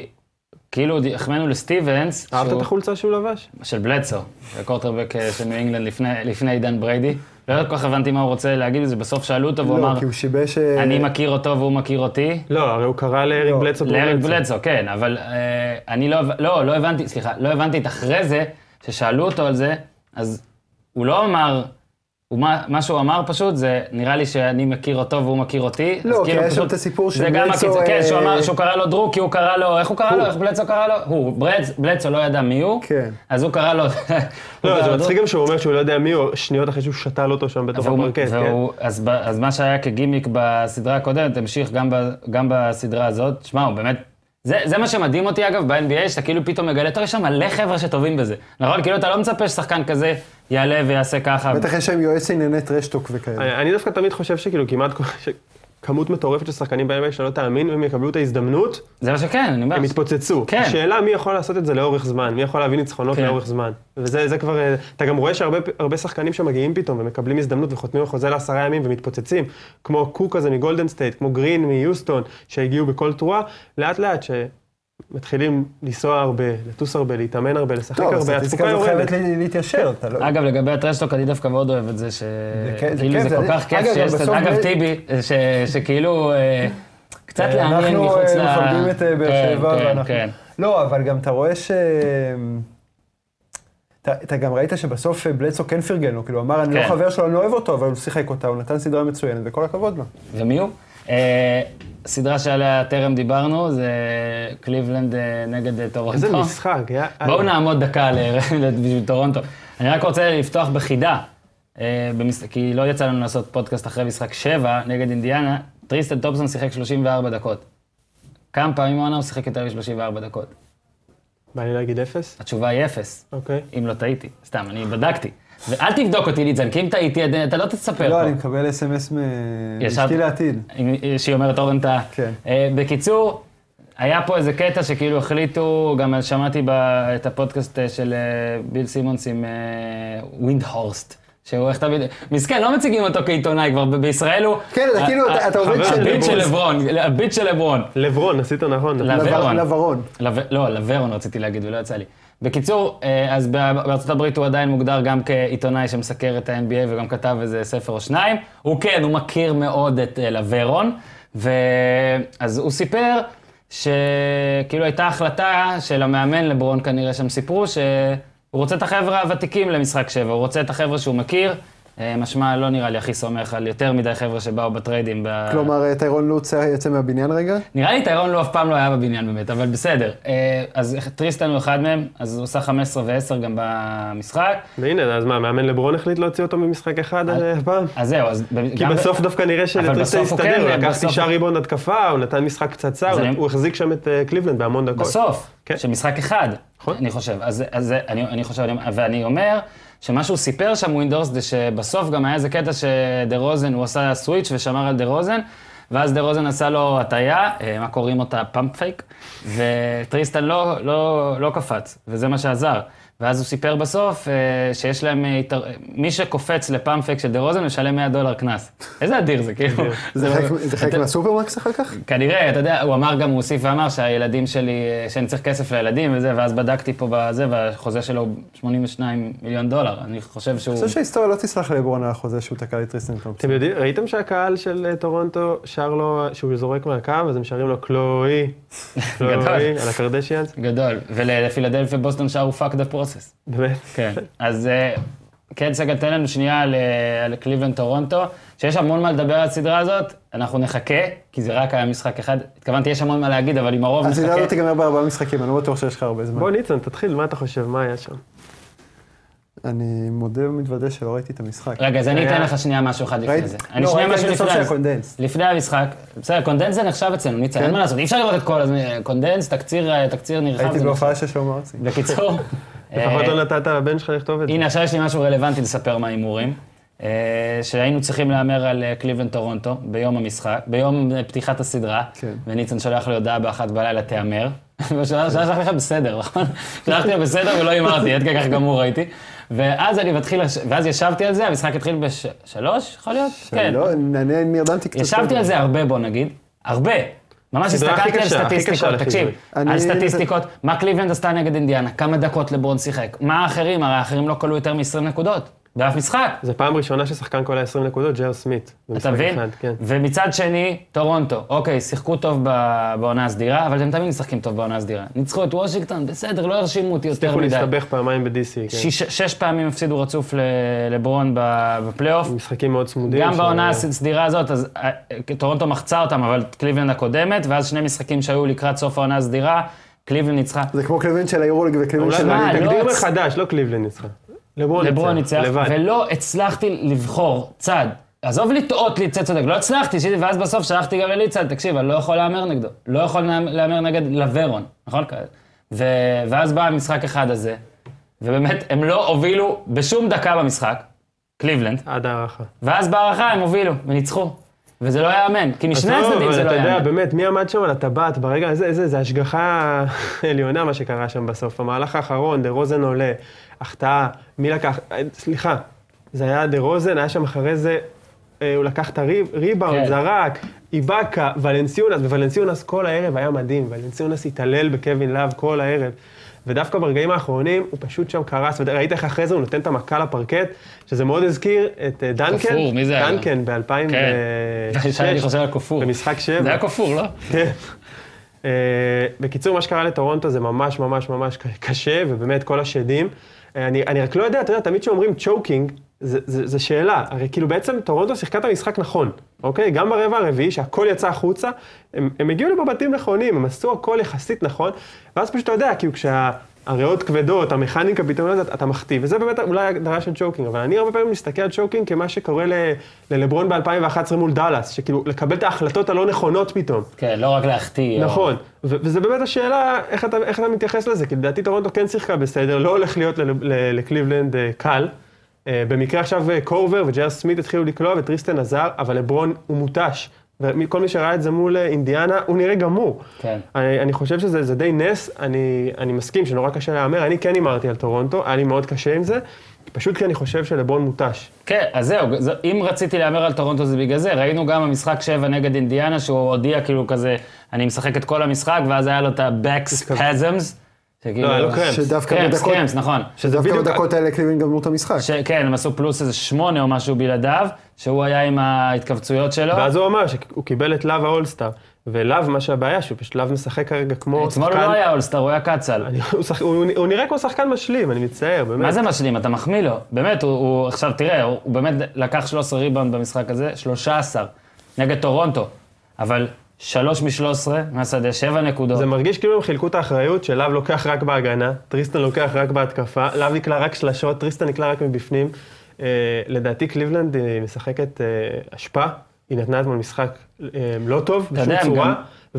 כאילו החמאנו לסטיבנס. אהבת את החולצה שהוא לבש? של בלדסו, קורטרבק של ניו אינגלנד לפני עידן בריידי. לא כל כך הבנתי מה הוא רוצה להגיד, זה בסוף שאלו אותו והוא אמר, אני מכיר אותו והוא מכיר אותי. לא, הרי הוא קרא לאריק בלדסו. לאריק בלדסו, כן, אבל אני לא, לא, לא הבנתי, סליחה, לא הבנתי את אחרי זה, ששאלו אותו על זה, אז הוא לא אמר, מה שהוא אמר פשוט, זה נראה לי שאני מכיר אותו והוא מכיר אותי. לא, כי יש שם את הסיפור של בלדסו... כן, שהוא אמר שהוא קרא לו דרוק, כי הוא קרא לו, איך הוא קרא לו? איך בלדסו קרא לו? הוא, בלדסו לא ידע מי הוא, אז הוא קרא לו... לא, זה מצחיק גם שהוא אומר שהוא לא יודע מי הוא, שניות אחרי שהוא שתל אותו שם בתוך הפרקט, כן. אז מה שהיה כגימיק בסדרה הקודמת, המשיך גם בסדרה הזאת. שמע, הוא באמת... זה מה שמדהים אותי אגב ב-אן בי איי, שאתה כאילו פתאום מגלה, יש שם מלא חבר'ה שטובים בזה. נכון? כאילו אתה לא מצפה ששחקן כזה יעלה ויעשה ככה. בטח יש שם יועץ ענייני טרשטוק וכאלה. אני דווקא תמיד חושב שכאילו כמעט כמות מטורפת של שחקנים ב-אן בי איי שאתה לא תאמין, אם יקבלו את ההזדמנות, זה מה שכן, אני אומר. הם יתפוצצו. השאלה מי יכול לעשות את זה לאורך זמן, מי יכול להביא ניצחונות לאורך זמן. וזה כבר, אתה גם רואה שהרבה שחקנים שמגיעים פתאום ומקבלים הזדמנות וחותמים חוזה לעשרה ימים ומתפוצצים, כמו קוק הזה מגולדן סטייט, כמו גרין מיוסטון, שהגיעו בכל תרועה, לאט לאט שמתחילים לנסוע הרבה, לטוס הרבה, להתאמן הרבה, לשחק הרבה, התפוקה יורדת. טוב, סטטיסטיקה זו חייבת להתיישר. אגב, לגבי הטרשטוק, אני דווקא מאוד אוהב את זה, שכאילו זה כל כך כיף שיש, אגב טיבי, שכאילו קצת לעניין מחוץ ל... אנחנו מכבדים את באר שבע ואנחנו... לא, אבל גם אתה רואה ש... אתה גם ראית שבסוף בלדסו כן פרגן לו, כאילו הוא אמר, אני לא חבר שלו, אני לא אוהב אותו, אבל הוא שיחק אותה, הוא נתן סדרה מצוינת, וכל הכבוד לו. ומי הוא? סדרה שעליה טרם דיברנו, זה קליבלנד נגד טורונטו. איזה משחק, יא... בואו נעמוד דקה בשביל טורונטו. אני רק רוצה לפתוח בחידה, כי לא יצא לנו לעשות פודקאסט אחרי משחק שבע נגד אינדיאנה, טריסטן טופסון שיחק שלושים וארבע דקות. כמה פעמים העונה הוא שיחק יותר מ-שלושים וארבע דקות? בא לי להגיד אפס? התשובה היא אפס. אוקיי. אם לא טעיתי. סתם, אני בדקתי. ואל תבדוק אותי ליצן, כי אם טעיתי, אתה לא תספר פה. לא, אני מקבל אס אם אס מאשתי לעתיד. שהיא אומרת אורנטה. כן. בקיצור, היה פה איזה קטע שכאילו החליטו, גם שמעתי את הפודקאסט של ביל סימונס עם ווינדהורסט, שהוא איך תמיד... מסכן, לא מציגים אותו כעיתונאי, כבר ב- בישראל הוא... כן, זה כאילו, אתה- אתה עובד של הביט של לברון. לברון, הביט של לברון. לברון, עשית נכון. לברון. לברון. לב- לא, לברון רציתי להגיד, ולא יצא לי. בקיצור, אה, אז בארצות הברית הוא עדיין מוגדר גם כעיתונאי שמסקר את ה-אן בי איי וגם כתב איזה ספר או שניים. הוא כן, הוא מכיר מאוד את אה, לברון, ואז הוא סיפר שכאילו הייתה החלטה של המאמן לברון כנראה שהם סיפרו שהוא רוצה את החבר'ה הוותיקים למשחק שבע, הוא רוצה את החבר'ה שהוא מכיר, אה, משמע לא נראה לי הכי סומך על יותר מדי חבר'ה שבאו בטריידים. ב... כלומר, טיירון לוץ יצא מהבניין רגע? נראה לי טיירון לא אף פעם לא היה בבניין באמת, אבל בסדר. אה, אז טריסטן הוא אחד מהם, אז הוא עושה חמש עשרה ועשר גם במשחק. והנה, אז מה, מאמן לברון החליט להוציא אותו ממשחק אחד הפעם? אז זהו, אז... כי בסוף דווקא נראה שלטריסטן הסתדר, הוא לקח תשעה ריבון התקפה, הוא נתן משחק פצצה, הוא החזיק שם את קליבלנד בהמון דקות. בסוף, כן. שמשחק אחד, נכון. אני חושב. אז, אז אני, אני חושב, ואני אומר שמה שהוא סיפר שם ווינדורס זה שבסוף גם היה איזה קטע שדה רוזן, הוא עשה סוויץ' ושמר על דה רוזן, ואז דה רוזן עשה לו הטעיה, מה קוראים אותה פאמפ פייק, וטריסטן לא, לא, לא קפץ, וזה מה שעזר. ואז הוא סיפר בסוף שיש להם, מי שקופץ לפאמפ פייק של דה רוזן משלם מאה דולר קנס. איזה אדיר זה, כאילו. זה חלק מהסופרמקס אחר כך? כנראה, אתה יודע, הוא אמר גם, הוא הוסיף ואמר שהילדים שלי, שאני צריך כסף לילדים וזה, ואז בדקתי פה בזה, והחוזה שלו הוא שמונים ושניים מיליון דולר. אני חושב שהוא... אני חושב שההיסטוריה לא תסלח לברון על החוזה שהוא תקע לטריסטן תומפסון. אתם יודעים, ראיתם שהקהל של טורונטו שר לו, שהוא זורק מהקו, אז הם שרים לו קלואי, קלואי, על הקרדשיאנס? גדול. ולפילדלפיה בוסטון שרו fuck the process. באמת? כן. אז כן, סגל, תן לנו שנייה על קליבלנד טורונטו, שיש המון מה לדבר על הסדרה הזאת, אנחנו נחכה, כי זה רק היה משחק אחד. התכוונתי, יש המון מה להגיד, אבל עם הרוב נחכה. הסדרה לא תיגמר בארבעה משחקים, אני לא בטוח שיש לך הרבה זמן. בוא ניצן, תתחיל, מה אתה חושב, מה היה שם? אני מודה ומתוודה שלא ראיתי את המשחק. רגע, אז אני אתן לך שנייה משהו אחד לפני זה. אני לא, שנייה ראיתי משהו את הסוף לפני של זה. הקונדנס. לפני המשחק, בסדר, קונדנס זה נחשב אצלנו, ניצן, אין מה לעשות, אי אפשר לראות את כל הזמן, קונדנס, תקציר, תקציר נרחב. הייתי בהופעה של שלמה ארצי. בקיצור, לפחות לא נתת לבן שלך לכתוב את זה. הנה, עכשיו יש לי משהו רלוונטי לספר מההימורים, שהיינו צריכים להמר על קליבלנד טורונטו ביום המשחק, ביום פתיחת הסדרה, וניצן שולח לי הודעה באחת בלילה, תאמר, ושלח לך בסדר, נכון? שלחתי לו בסדר ולא הימרתי, עד כך גמור הייתי. ואז אני מתחיל, ואז ישבתי על זה, המשחק התחיל בשלוש, יכול להיות? כן. אני נרדמתי קצת. ישבתי על זה הרבה, בוא נגיד. הרבה. ממש הסתכלתי על סטטיסטיקות, תקשיב, על סטטיסטיקות, מה קליבלנד עשתה נגד אינדיאנה, כמה דקות לברון שיחק, מה האחרים, הרי האחרים לא קולו יותר מ-עשרים נקודות, באף משחק. זה פעם ראשונה ששחקן כל ה-עשרים נקודות, ג'ר סמית. אתה מבין? ומצד שני, טורונטו, אוקיי, שיחקו טוב בעונה הסדירה, אבל הם תמיד משחקים טוב בעונה הסדירה. ניצחו את וושינגטון, בסדר, לא הרשימו אותי יותר מדי. הצליחו להסתבך פעמיים ב-די סי, כן. שש פעמים הפסידו רצוף לברון בפלייאוף. משחקים מאוד צמודים. גם בעונה הסדירה הזאת, אז טורונטו מחצה אותם, אבל קליבלנד הקודמת, ואז שני משחקים שהיו לקראת סוף העונה הסדירה, קליבלנד ניצחה. זה כמו קליבלנד של היורוליג וקליבלנד של... אולי תגדיר מחדש, לא קליבלנד ניצחה. לברון ניצח, ולא הצלחתי לבחור צד. עזוב לטעות לי צד צודק, לא הצלחתי, ואז בסוף שלחתי גם אלי צד, תקשיב, אני לא יכול להמר נגדו, לא יכול להמר נגד לברון, נכון? ואז בא המשחק אחד הזה, ובאמת הם לא הובילו בשום דקה במשחק, קליבלנד. עד הערכה. ואז בהערכה הם הובילו וניצחו. וזה לא יאמן, כי משני הצדדים זה לא יאמן. אתה יודע, באמת, מי עמד שם על הטבעת ברגע הזה, זה השגחה עליונה מה שקרה שם בסוף. המהלך האחרון, דה רוזן עולה, החטאה, מי לקח, סליחה, זה היה דה רוזן, היה שם אחרי זה, הוא לקח את הריבאונד, זרק, איבאקה, ולנסיונס, וולנסיונס כל הערב היה מדהים, ולנסיונס התעלל בקווין לאב כל הערב. ודווקא ברגעים האחרונים הוא פשוט שם קרס, וראית איך אחרי זה הוא נותן את המכה לפרקט, שזה מאוד הזכיר את דנקן. כפור, מי זה היה? דנקן ב-אלפיים ושש. כן, אני חושב על כפור. במשחק שבע. זה היה כפור, לא? כן. בקיצור, מה שקרה לטורונטו זה ממש ממש ממש קשה, ובאמת כל השדים. אני, אני רק לא יודע, אתה יודע, תמיד שאומרים צ'וקינג, זה, זה, זה שאלה. הרי כאילו בעצם טורונטו שיחקה את המשחק נכון, אוקיי? גם ברבע הרביעי, שהכל יצא החוצה, הם, הם הגיעו לבתים נכונים, הם עשו הכל יחסית נכון, ואז פשוט אתה יודע, כאילו כשהריאות כבדות, המכניקה פתאום לא יודעת, אתה מחטיא, וזה באמת אולי הגדרה של צ'וקינג, אבל אני הרבה פעמים מסתכל על צ'וקינג כמה שקורה ל, ללברון ב-אלפיים ואחת עשרה מול דאלאס, שכאילו לקבל את ההחלטות הלא נכונות פתאום. כן, לא רק להחטיא. נכון, או... ו- וזה באמת השאלה, איך אתה, איך אתה מתייחס לזה, כי לדעתי טורונטו כן שיחקה בסדר, לא הולך להיות לקליבלנד קל. במקרה עכשיו קורבר וג'ר סמית התחילו לקלוע וטריסטן עזר, אבל לברון הוא מותש. וכל מי שראה את זה מול אינדיאנה, הוא נראה גמור. כן. אני, אני חושב שזה זה די נס, אני, אני מסכים שנורא קשה להאמר, אני כן אמרתי על טורונטו, היה לי מאוד קשה עם זה, פשוט כי אני חושב שלברון מוטש. כן, אז זהו, אם רציתי להאמר על טורונטו זה בגלל זה, ראינו גם המשחק שבע נגד אינדיאנה, שהוא הודיע כאילו כזה, אני משחק את כל המשחק, ואז היה לו את ה-back spasms. לא, היה לו קרמפס. שדווקא קרמפס, בדקות, קרמפס, נכון. שדווקא בדקות האלה קליבלנד גמרו את המשחק. כן, הם עשו פלוס איזה שמונה או משהו בלעדיו, שהוא היה עם ההתכווצויות שלו. ואז הוא אמר שהוא קיבל את לאב האולסטאר, ולאב מה שהבעיה, שהוא פשוט לאב משחק כרגע כמו שחקן... אתמול הוא לא היה אולסטאר, הוא היה קצל. הוא נראה כמו שחקן משלים, אני מצטער, באמת. מה זה משלים? אתה מחמיא לו. באמת, הוא עכשיו, תראה, הוא באמת לקח שלוש עשרה ריבאונד במשחק הזה, שלושה עשר, נגד טורונטו. אבל שלוש משלוש עשרה, מהשדה, שבע נקודות. זה מרגיש כאילו הם חילקו את האחריות, שלאב לוקח רק בהגנה, טריסטן לוקח רק בהתקפה, לאב נקלע רק שלשות, טריסטן נקלע רק מבפנים. לדעתי קליבלנד משחקת השפעה. היא נתנה אתמול משחק לא טוב, בשום צורה,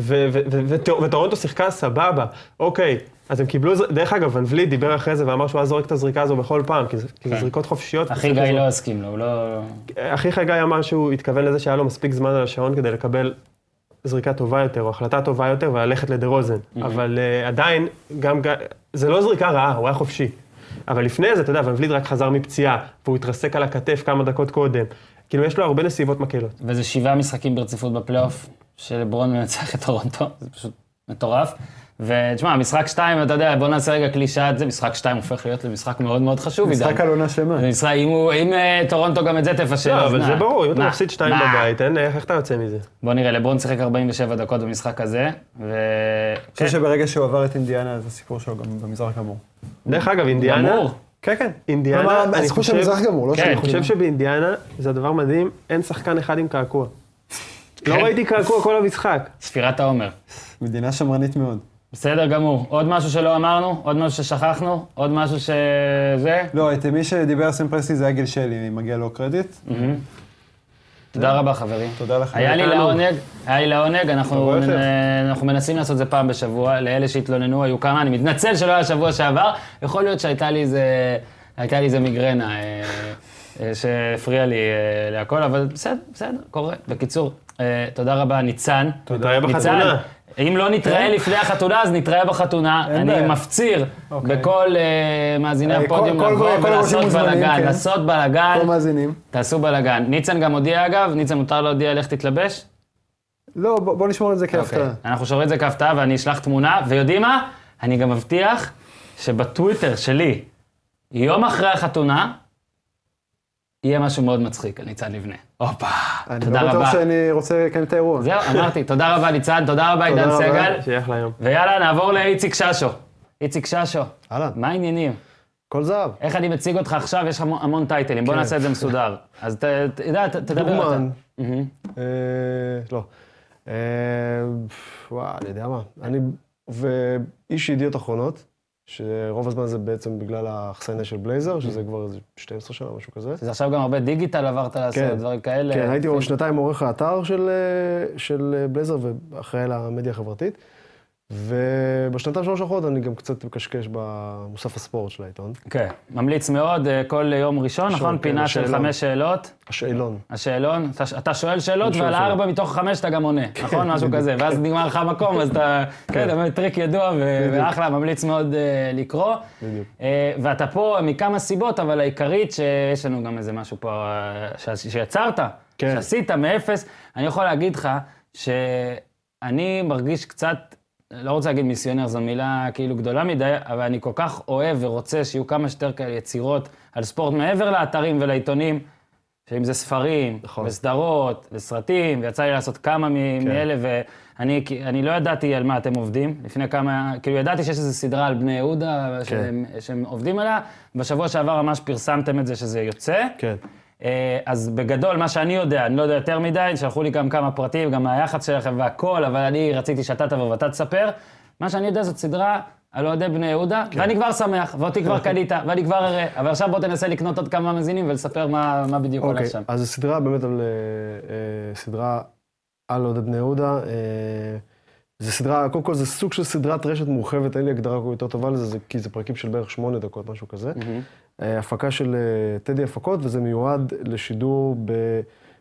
וטורונטו שיחקה סבבה. אוקיי, אז הם קיבלו, דרך אגב, ון וליט דיבר אחרי זה ואמר שהוא היה זורק את הזריקה הזו בכל פעם, כי זה זריקות חופשיות. אחי גיא לא הסכים לו, הוא לא... אחי גיא אמר שהוא התכוון לזה שהיה לו מספיק זמן על השעון כדי לקבל זריקה טובה יותר, או החלטה טובה יותר, וללכת לדרוזן. אבל עדיין, גם זה לא זריקה רעה, הוא היה חופשי. אבל לפני זה, אתה יודע, ון וליט רק חזר מפציעה, והוא התרסק על הכתף כמה דקות קודם. כאילו, יש לו הרבה נסיבות מקלות. וזה שבעה משחקים ברציפות בפלייאוף, שלברון מנצח את טורונטו, זה פשוט מטורף. ותשמע, משחק שתיים, אתה יודע, בוא נעשה רגע קלישה את זה, משחק שתיים הופך להיות למשחק מאוד מאוד חשוב. משחק על עונה שלמה. אם טורונטו גם את זה תפשל, לא, אבל זה ברור, אם אתה מפסיד שתיים בבית, איך אתה יוצא מזה? בוא נראה, לברון שיחק ארבעים ושבע דקות במשחק הזה, ו... אני חושב שברגע שהוא עבר את אינדיאנה, זה הסיפור שלו גם במזרח גמור. דרך אגב, אינדיאנה... גמור? כן, כן. אינדיאנה, אני חושב... המזרח גמור, לא אני חושב שבאינדיאנה, זה הדבר מדהים, אין שחקן אחד עם קעקוע. לא ראיתי קעקוע כל המשחק. ספירת העומר. מדינה שמרנית מאוד. בסדר גמור. עוד משהו שלא אמרנו? עוד משהו ששכחנו? עוד משהו שזה? לא, את מי שדיבר סם פרסלי זה היה גיל שלי, מגיע לו קרדיט. תודה רבה חברים. תודה לכם. היה לי לעונג, היה לי לעונג, אנחנו מנסים לעשות את זה פעם בשבוע, לאלה שהתלוננו, היו כמה, אני מתנצל שלא היה שבוע שעבר, יכול להיות שהייתה לי איזה, הייתה לי איזה מיגרנה שהפריע לי להכל, אבל בסדר, בסדר, קורה. בקיצור, תודה רבה, ניצן. תודה בחתונה. אם לא נתראה לפני החתונה, אז נתראה בחתונה. אני מפציר בכל מאזיני הפודיום לבוא ולעשות בלגן, לעשות בלגן. כל מאזינים. תעשו בלגן. ניצן גם הודיע אגב, ניצן מותר להודיע איך תתלבש? לא, בוא נשמור את זה כהפתעה. אנחנו שומרים את זה כהפתעה ואני אשלח תמונה, ויודעים מה? אני גם מבטיח שבטוויטר שלי, יום אחרי החתונה, יהיה משהו מאוד מצחיק על ניצן לבנה. הופה, תודה רבה. אני לא בטוח שאני רוצה לקיים את האירוע. זהו, אמרתי, תודה רבה ניצן, תודה רבה עידן סגל. שיהיה אחלה יום. ויאללה, נעבור לאיציק ששו. איציק ששו, אהלן. מה העניינים? כל זהב. איך אני מציג אותך עכשיו? יש לך המון טייטלים, בוא נעשה את זה מסודר. אז תדבר אותה. דוגמן. לא. וואו, אני יודע מה. אני ואיש ידיעות אחרונות, שרוב הזמן זה בעצם בגלל האכסניה של בלייזר, שזה כבר שתים עשרה שנה, משהו כזה. אז עכשיו גם הרבה דיגיטל עברת לעשות, דברים כאלה. כן, הייתי שנתיים עורך האתר של בלייזר ואחראי על המדיה החברתית. ובשנתיים שלוש אחרות אני גם קצת מקשקש במוסף הספורט של העיתון. כן, ממליץ מאוד, כל יום ראשון, נכון? פינה של חמש שאלות. השאלון. השאלון, אתה שואל שאלות ועל ארבע מתוך חמש אתה גם עונה, נכון? משהו כזה, ואז נגמר לך מקום, אז אתה, כן, אתה טריק ידוע ואחלה, ממליץ מאוד לקרוא. בדיוק. ואתה פה מכמה סיבות, אבל העיקרית שיש לנו גם איזה משהו פה שיצרת, שעשית מאפס. אני יכול להגיד לך שאני מרגיש קצת, לא רוצה להגיד מיסיונר, זו מילה כאילו גדולה מדי, אבל אני כל כך אוהב ורוצה שיהיו כמה שיותר כאלה יצירות על ספורט מעבר לאתרים ולעיתונים, שאם זה ספרים, נכון. וסדרות, וסרטים, ויצא לי לעשות כמה כן. מאלה, ואני לא ידעתי על מה אתם עובדים, לפני כמה, כאילו ידעתי שיש איזו סדרה על בני יהודה, כן. שהם, שהם עובדים עליה, בשבוע שעבר ממש פרסמתם את זה שזה יוצא, כן. אז בגדול, מה שאני יודע, אני לא יודע יותר מדי, שלחו לי גם כמה פרטים, גם מהיחס שלכם והכל, אבל אני רציתי שאתה תבוא ואתה תספר. מה שאני יודע זאת סדרה על אוהדי בני יהודה, כן. ואני כבר שמח, ואותי כבר קנית, ואני כבר אראה. אבל עכשיו בוא תנסה לקנות עוד כמה מאזינים ולספר מה, מה בדיוק הולך שם. אז הסדרה באמת על אה, סדרה על אוהדי בני יהודה. אה, זה סדרה, קודם כל זה סוג של סדרת רשת מורחבת, אין לי הגדרה כל יותר טובה לזה, כי זה פרקים של בערך שמונה דקות, משהו כזה. Mm-hmm. הפקה של טדי הפקות, וזה מיועד לשידור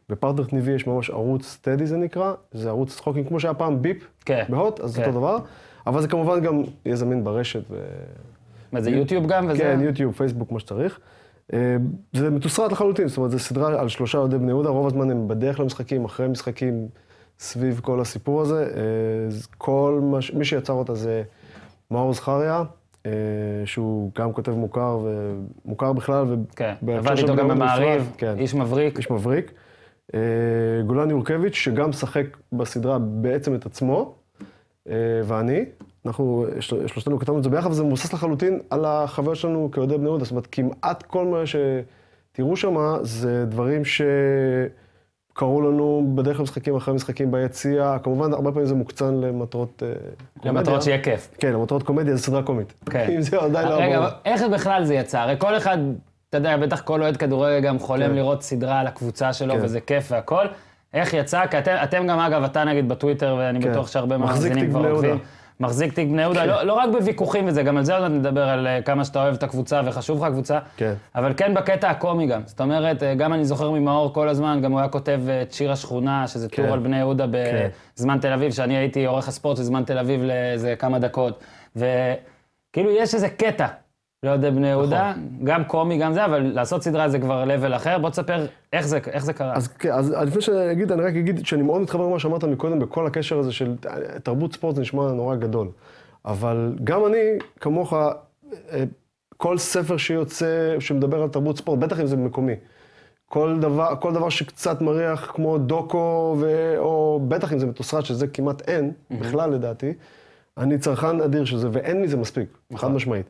בפרטנר טי וי יש ממש ערוץ סטדי זה נקרא, זה ערוץ צחוקים כמו שהיה פעם ביפ כן. בהוט, אז כן. אותו דבר, אבל זה כמובן גם יהיה זמין ברשת. ו... מה זה יוטיוב גם? וזה... כן, יוטיוב, פייסבוק, מה שצריך. זה מתוסרט לחלוטין, זאת אומרת, זו סדרה על שלושה אוהדי בני יהודה, רוב הזמן הם בדרך למשחקים, אחרי משחקים, סביב כל הסיפור הזה. כל מש... מי שיצר אותה זה מאור זכריה, שהוא גם כותב מוכר ומוכר בכלל. כן, עבד איתו גם במעריב, כן. איש מבריק. איש מבריק. גולן יורקביץ', שגם משחק בסדרה בעצם את עצמו, ואני. אנחנו, שלושתנו כתבנו את זה ביחד, וזה מבוסס לחלוטין על החוויות שלנו כאוהדי בני יהודה. זאת אומרת, כמעט כל מה שתראו שם, זה דברים שקרו לנו בדרך למשחקים, אחרי משחקים ביציאה. כמובן, הרבה פעמים זה מוקצן למטרות קומדיה. למטרות שיהיה כיף. כן, למטרות קומדיה, זה סדרה קומית. כן. אם זה עדיין לא... רגע, איך בכלל זה יצא? הרי כל אחד, אתה יודע, בטח כל אוהד כדורגל גם חולם כן. לראות סדרה על הקבוצה שלו, כן. וזה כיף והכל. איך יצא? כי אתם, אתם גם, אגב, אתה נגיד בטוויטר, ואני כן. בטוח שהרבה מחזיק מאזינים תיק כבר בני עוקבים. יהודה. מחזיק תיק בני יהודה, כן. לא, לא רק בוויכוחים וזה, גם על זה עוד נדבר, על כמה שאתה אוהב את הקבוצה וחשוב לך הקבוצה, כן. אבל כן בקטע הקומי גם. זאת אומרת, גם אני זוכר ממאור כל הזמן, גם הוא היה כותב את שיר השכונה, שזה כן. טור על בני יהודה כן. בזמן תל אביב, שאני הייתי עורך הספורט של זמן תל אביב לאיזה כמה דקות. וכאילו יש איזה קטע לאוהדי בני יהודה, גם קומי, גם זה, אבל לעשות סדרה זה כבר לבל אחר. בוא תספר איך זה, איך זה קרה. אז, אז לפני שאני אגיד, אני רק אגיד שאני מאוד מתחבר למה שאמרת מקודם, בכל הקשר הזה של תרבות ספורט, זה נשמע נורא גדול. אבל גם אני, כמוך, כל ספר שיוצא, שמדבר על תרבות ספורט, בטח אם זה מקומי. כל דבר, כל דבר שקצת מריח כמו דוקו, ו, או בטח אם זה מתוסרט, שזה כמעט אין, mm-hmm. בכלל לדעתי, אני צרכן אדיר של זה, ואין לי זה מספיק, mm-hmm. חד משמעית.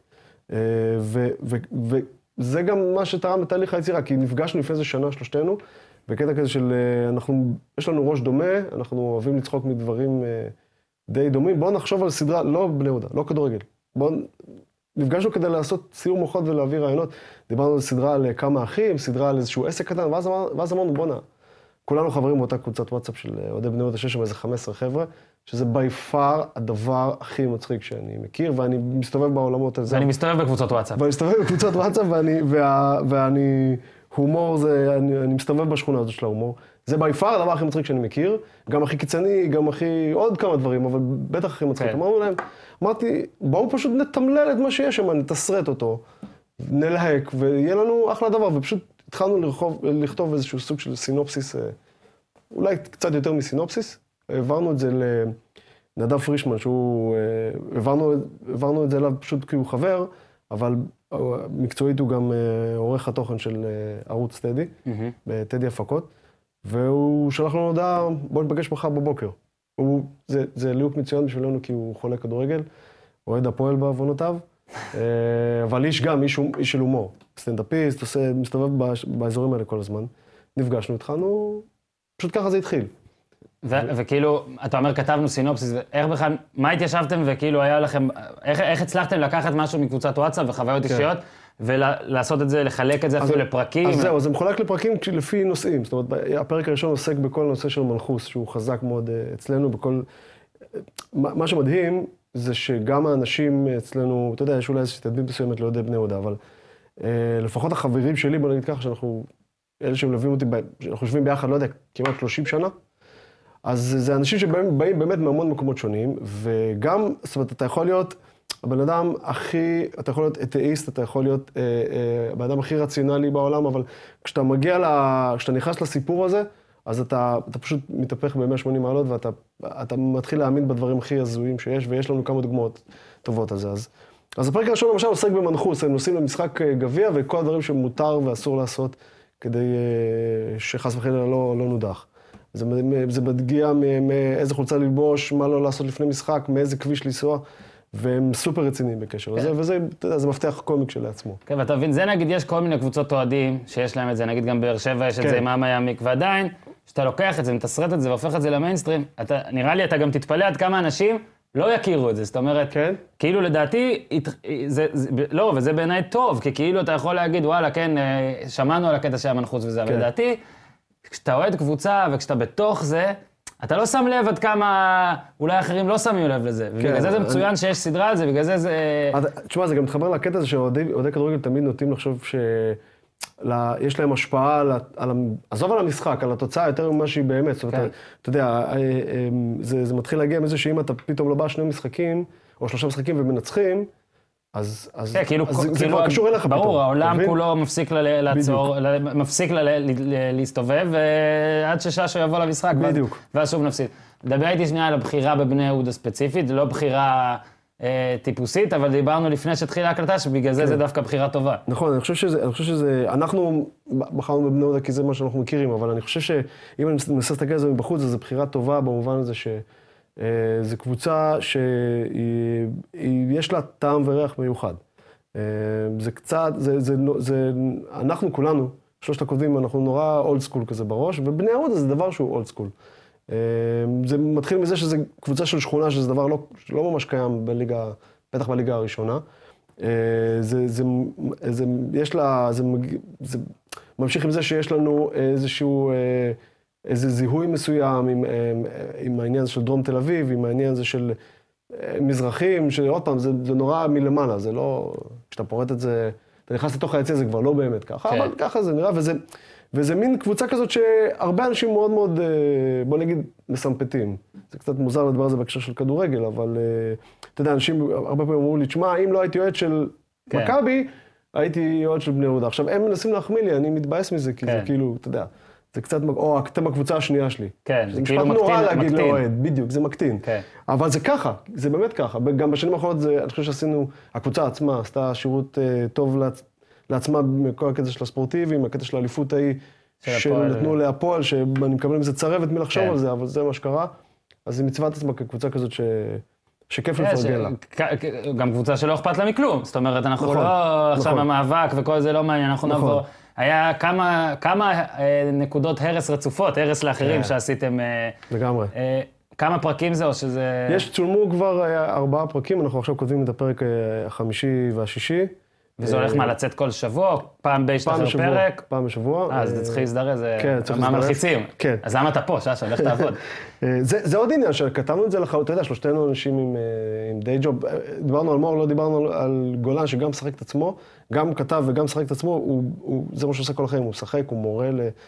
וזה גם מה שתרם בתהליך היצירה, כי נפגשנו לפני איזה שנה שלושתנו, בקטע כזה של, אנחנו, יש לנו ראש דומה, אנחנו אוהבים לצחוק מדברים די דומים, בואו נחשוב על סדרה, לא בני יהודה, לא כדורגל. בואו, נפגשנו כדי לעשות סיור מוחות ולהביא רעיונות, דיברנו על סדרה על כמה אחים, סדרה על איזשהו עסק קטן, ואז, אמר, ואז אמרנו, בוא נע, כולנו חברים באותה קבוצת וואטסאפ של אוהדי בני יהודה, שיש שם איזה חמישה עשר חבר'ה, שזה by far הדבר הכי מצחיק שאני מכיר, ואני מסתובב בעולמות הזה. ואני מסתובב בקבוצות וואטסאפ. ואני מסתובב בקבוצות וואטסאפ, ואני, וה, ואני, הומור זה, אני, אני מסתובב בשכונה הזאת של ההומור. זה by far הדבר הכי מצחיק שאני מכיר, גם הכי קיצוני, גם הכי, עוד כמה דברים, אבל בטח הכי מצחיק. כן. אמרנו להם, אמרתי, בואו פשוט נתמלל את מה שיש שם, נתסרט אותו, נלהק, ויהיה לנו אחלה דבר, ופשוט התחלנו לרחוב, לכתוב איזשהו סוג של סינופסיס, אולי קצת יותר מסינופסיס. העברנו את זה לנדב פרישמן, שהוא, העברנו, העברנו את זה אליו פשוט כי הוא חבר, אבל מקצועית הוא גם עורך התוכן של ערוץ טדי, mm-hmm. בטדי הפקות, והוא שלח לנו הודעה, בוא נפגש מחר בבוקר. הוא, זה, זה ליהוק מצוין בשבילנו כי הוא חולה כדורגל, אוהד הפועל בעוונותיו, אבל איש גם, איש, איש של הומור, סטנדאפיסט, עושה, מסתובב באזורים האלה כל הזמן. נפגשנו, התחלנו, פשוט ככה זה התחיל. ו- וכאילו, אתה אומר, כתבנו סינופסיס, איך בכלל, מה התיישבתם וכאילו היה לכם, איך, איך הצלחתם לקחת משהו מקבוצת וואטסאפ וחוויות כן. אישיות, ולעשות את זה, לחלק את זה אפילו לפרקים? אז זהו, זה מחולק לפרקים לפי נושאים. זאת אומרת, הפרק הראשון עוסק בכל נושא של מנחוס, שהוא חזק מאוד אצלנו, בכל... מה שמדהים זה שגם האנשים אצלנו, אתה יודע, יש אולי איזושהי תדמית מסוימת לא יודע בני יהודה, אבל לפחות החברים שלי, בוא נגיד ככה, שאנחנו, אלה שמלווים אותי, אנחנו יושבים ביחד, לא יודע, כמעט שלושים שנה, אז זה אנשים שבאים באמת מהמון מקומות שונים, וגם, זאת אומרת, אתה יכול להיות הבן אדם הכי, אתה יכול להיות אתאיסט, אתה יכול להיות אה, אה, הבן אדם הכי רציונלי בעולם, אבל כשאתה מגיע, לה, כשאתה נכנס לסיפור הזה, אז אתה, אתה פשוט מתהפך ב-מאה ושמונים מעלות, ואתה אתה מתחיל להאמין בדברים הכי הזויים שיש, ויש לנו כמה דוגמאות טובות על זה. אז, אז הפרק הראשון למשל עוסק במנחוס, הם נוסעים למשחק גביע, וכל הדברים שמותר ואסור לעשות, כדי אה, שחס וחלילה לא, לא נודח. זה, זה מגיע מאיזה חולצה ללבוש, מה לא לעשות לפני משחק, מאיזה כביש לנסוע, והם סופר רציניים בקשר לזה, וזה, אתה יודע, זה מפתח קומיק שלעצמו. כן, ואתה מבין, זה נגיד, יש כל מיני קבוצות אוהדים שיש להם את זה, נגיד גם באר שבע יש את זה עם עמה יעמיק, ועדיין, כשאתה לוקח את זה, מתסרט את זה והופך את זה למיינסטרים, אתה, נראה לי, אתה גם תתפלא עד כמה אנשים לא יכירו את זה, זאת אומרת, כן? כאילו לדעתי, זה, זה, לא, וזה בעיניי טוב, כי כאילו אתה יכול להגיד, וואלה, כן, שמענו על הקטע שהיה מנחוץ וזה, אבל לדעתי, כשאתה אוהד קבוצה וכשאתה בתוך זה, אתה לא שם לב עד כמה אולי אחרים לא שמים לב לזה. ובגלל זה זה מצוין שיש סדרה על זה, בגלל זה זה... תשמע, זה גם מתחבר לקטע הזה שאוהדי כדורגל תמיד נוטים לחשוב ל, יש להם השפעה על, על, עזוב על המשחק, על התוצאה יותר ממה שהיא באמת. זאת אומרת, כן. אתה יודע, זה, זה מתחיל להגיע מזה שאם אתה פתאום לא בא שני משחקים, או שלושה משחקים ומנצחים, אז, אז, כן, כאילו, אז כאילו, זה כבר קשור אליך פתאום. ברור, העולם מבין? כולו מפסיק ל- לעצור, ל- מפסיק ל- ל- ל- להסתובב, ועד שששו יבוא למשחק, ואז- בדיוק. ואז שוב נפסיד. דבר איתי שנייה על הבחירה בבני יהודה ספציפית, זה לא בחירה אה, טיפוסית, אבל דיברנו לפני שהתחילה ההקלטה, שבגלל זה זה דווקא בחירה טובה. נכון, אני חושב שזה, אני חושב שזה, אנחנו בחרנו בבני יהודה כי זה מה שאנחנו מכירים, אבל אני חושב שאם אני מנסה להסתכל על זה מבחוץ, אז זו בחירה טובה במובן הזה ש... זו קבוצה שיש לה טעם וריח מיוחד. זה קצת, זה, זה, זה, אנחנו כולנו, שלושת הכותבים, אנחנו נורא אולד סקול כזה בראש, ובני יהודה זה דבר שהוא אולד סקול. זה מתחיל מזה שזה קבוצה של שכונה, שזה דבר לא, לא ממש קיים בליגה, בטח בליגה הראשונה. זה, זה, זה, יש לה, זה, זה ממשיך עם זה שיש לנו איזשהו, איזה זיהוי מסוים עם, עם העניין הזה של דרום תל אביב, עם העניין הזה של מזרחים, שעוד פעם, זה, זה נורא מלמעלה, זה לא, כשאתה פורט את זה, אתה נכנס לתוך היציע, זה כבר לא באמת ככה, כן. אבל ככה זה נראה, וזה, וזה מין קבוצה כזאת שהרבה אנשים מאוד מאוד, בוא נגיד, מסמפטים. זה קצת מוזר לדבר הזה בהקשר של כדורגל, אבל אתה יודע, אנשים הרבה פעמים אמרו לי, תשמע, אם לא הייתי אוהד של כן. מכבי, הייתי אוהד של בני יהודה. עכשיו, הם מנסים להחמיא לי, אני מתבאס מזה, כי כן. זה כאילו, אתה יודע, זה קצת, או אתם הקבוצה השנייה שלי. כן, זה כאילו מקטין. זה משפט נורא להגיד לאוהד, בדיוק, זה מקטין. כן. אבל זה ככה, זה באמת ככה. גם בשנים האחרונות, זה, אני חושב שעשינו, הקבוצה עצמה עשתה שירות uh, טוב לעצ... לעצמה מכל הקטע של הספורטיביים, הקטע של האליפות ההיא, שנתנו להפועל, שאני מקבל מזה צרבת מלחשוב כן. על זה, אבל זה מה שקרה. אז היא מצוות עצמה כקבוצה כזאת ש... שכיף לפרגן לה. גם קבוצה שלא אכפת לה מכלום. זאת אומרת, אנחנו נכון, לא עכשיו נכון. המאבק וכל זה לא מעניין, אנחנו נכון. נבוא. היה כמה, כמה אה, נקודות הרס רצופות, הרס לאחרים כן. שעשיתם. אה, לגמרי. אה, כמה פרקים זה או שזה... יש, צולמו כבר אה, ארבעה פרקים, אנחנו עכשיו כותבים את הפרק אה, החמישי והשישי. וזה הולך מה, לצאת כל שבוע? פעם בהשתחרר פרק? פעם בשבוע. אה, אז אתה צריך להזדרז, זה... כן, צריך להזדרז. מה מלחיצים? כן. אז למה אתה פה, ששה? לך תעבוד. זה עוד עניין שכתבנו את זה לחלוטין, אתה יודע, שלושתנו אנשים עם דיי ג'וב. דיברנו על מור, לא דיברנו על גולן, שגם משחק את עצמו, גם כתב וגם משחק את עצמו, זה מה שעושה כל החיים, הוא משחק, הוא מורה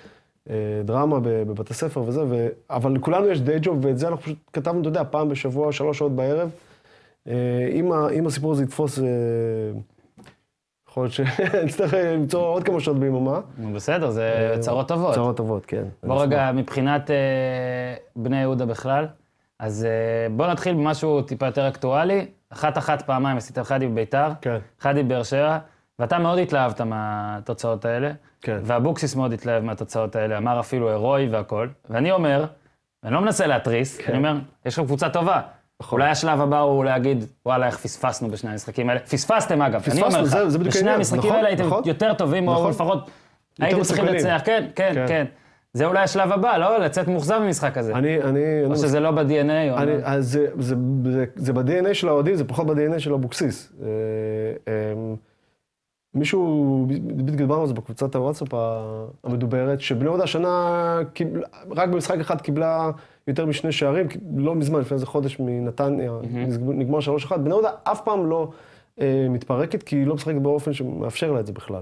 לדרמה בבתי ספר וזה, אבל לכולנו יש דיי ג'וב, ואת זה אנחנו פשוט כתבנו, אתה יודע, פעם בשבוע, שלוש שעות בערב. אם הסיפור הזה יתפוס... יכול להיות שנצטרך למצוא עוד כמה שעות ביממה. בסדר, זה צרות טובות. צרות טובות, כן. בוא רגע, מבחינת בני יהודה בכלל, אז בוא נתחיל במשהו טיפה יותר אקטואלי. אחת-אחת פעמיים עשית אחד בביתר, אחד בבאר שבע, ואתה מאוד התלהבת מהתוצאות האלה, ואבוקסיס מאוד התלהב מהתוצאות האלה, אמר אפילו הירואי והכל, ואני אומר, אני לא מנסה להתריס, אני אומר, יש לך קבוצה טובה. אולי השלב הבא הוא להגיד, וואלה, איך פספסנו בשני המשחקים האלה. פספסתם אגב, אני אומר לך, בשני המשחקים האלה הייתם יותר טובים, או לפחות הייתם צריכים לצליח, כן, כן, כן. זה אולי השלב הבא, לא? לצאת מוכזב במשחק הזה. או שזה לא ב-די אן איי. זה ב-די אן איי של האוהדים, זה פחות ב-די אן איי של אבוקסיס. מישהו, בדיוק דיברנו על זה בקבוצת הוואטסאפ המדוברת, שבני יהודה השנה, רק במשחק אחד קיבלה יותר משני שערים, לא מזמן, לפני איזה חודש מנתניה, נגמר שלוש אחת. בני יהודה אף פעם לא מתפרקת, כי היא לא משחקת באופן שמאפשר לה את זה בכלל.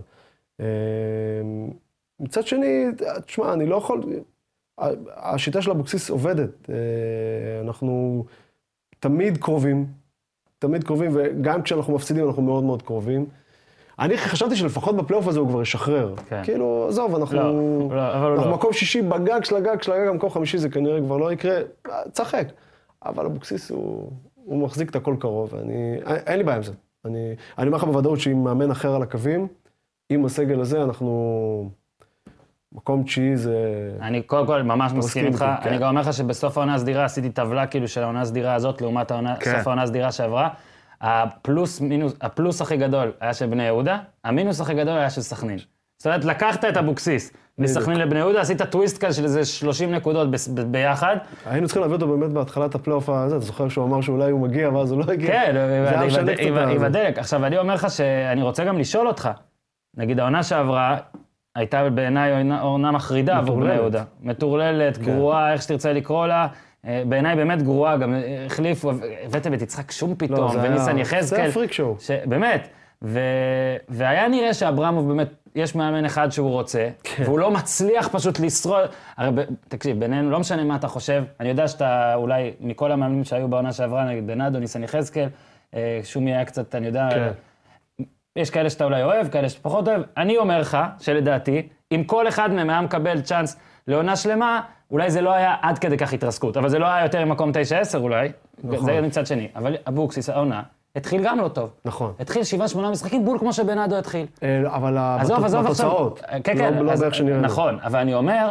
מצד שני, תשמע, אני לא יכול... השיטה של אבוקסיס עובדת. אנחנו תמיד קרובים, תמיד קרובים, וגם כשאנחנו מפסידים אנחנו מאוד מאוד קרובים. אני חשבתי שלפחות בפלייאוף הזה הוא כבר ישחרר. כאילו, עזוב, אנחנו מקום שישי בגג של הגג של הגג, מקום חמישי זה כנראה כבר לא יקרה, צחק. אבל אבוקסיס הוא מחזיק את הכל קרוב, אין לי בעיה עם זה. אני אומר לך בוודאות שעם מאמן אחר על הקווים, עם הסגל הזה אנחנו... מקום תשיעי זה... אני קודם כל ממש מסכים איתך, אני גם אומר לך שבסוף העונה הסדירה עשיתי טבלה כאילו של העונה הסדירה הזאת לעומת סוף העונה הסדירה שעברה. הפלוס, מינוס, הפלוס הכי גדול היה של בני יהודה, המינוס הכי גדול היה של סכנין. זאת אומרת, לקחת את אבוקסיס מסכנין לבני יהודה, עשית טוויסט כאן של איזה שלושים נקודות ב- ביחד. היינו צריכים להביא אותו באמת בהתחלת הפלייאוף הזה, אתה זוכר שהוא אמר שאולי הוא מגיע, ואז הוא לא הגיע. כן, עם הדלק. עכשיו, אני אומר לך שאני רוצה גם לשאול אותך, נגיד העונה שעברה, הייתה בעיניי עונה מחרידה עבור בני יהודה. מטורללת, גרועה, איך שתרצה לקרוא לה. בעיניי באמת גרועה, גם החליפו, הבאתם את יצחק שום פתאום, וניסן יחזקאל. זה היה פריק שואו. באמת, ו... והיה נראה שאברמוב באמת, יש מאמן אחד שהוא רוצה, והוא לא מצליח פשוט לשרוד. הרי ב... תקשיב, בינינו, לא משנה מה אתה חושב, אני יודע שאתה אולי, מכל המאמנים שהיו בעונה שעברה, נגיד בנאדו, ניסן יחזקאל, שומי היה קצת, אני יודע, כן. יש כאלה שאתה אולי אוהב, כאלה שאתה פחות אוהב. אני אומר לך, שלדעתי, אם כל אחד מהם היה מקבל צ'אנס לעונה שלמה, אולי זה לא היה עד כדי כך התרסקות, אבל זה לא היה יותר ממקום תשע עשר אולי, נכון. זה מצד שני. אבל אבוקסיס, העונה, התחיל גם לא טוב. נכון. התחיל שבעה, שמונה משחקים, בול כמו שבנאדו התחיל. אבל עזוב, עזוב בתוצאות, כן, כן, לא באיך שנראה. נכון, אבל אני אומר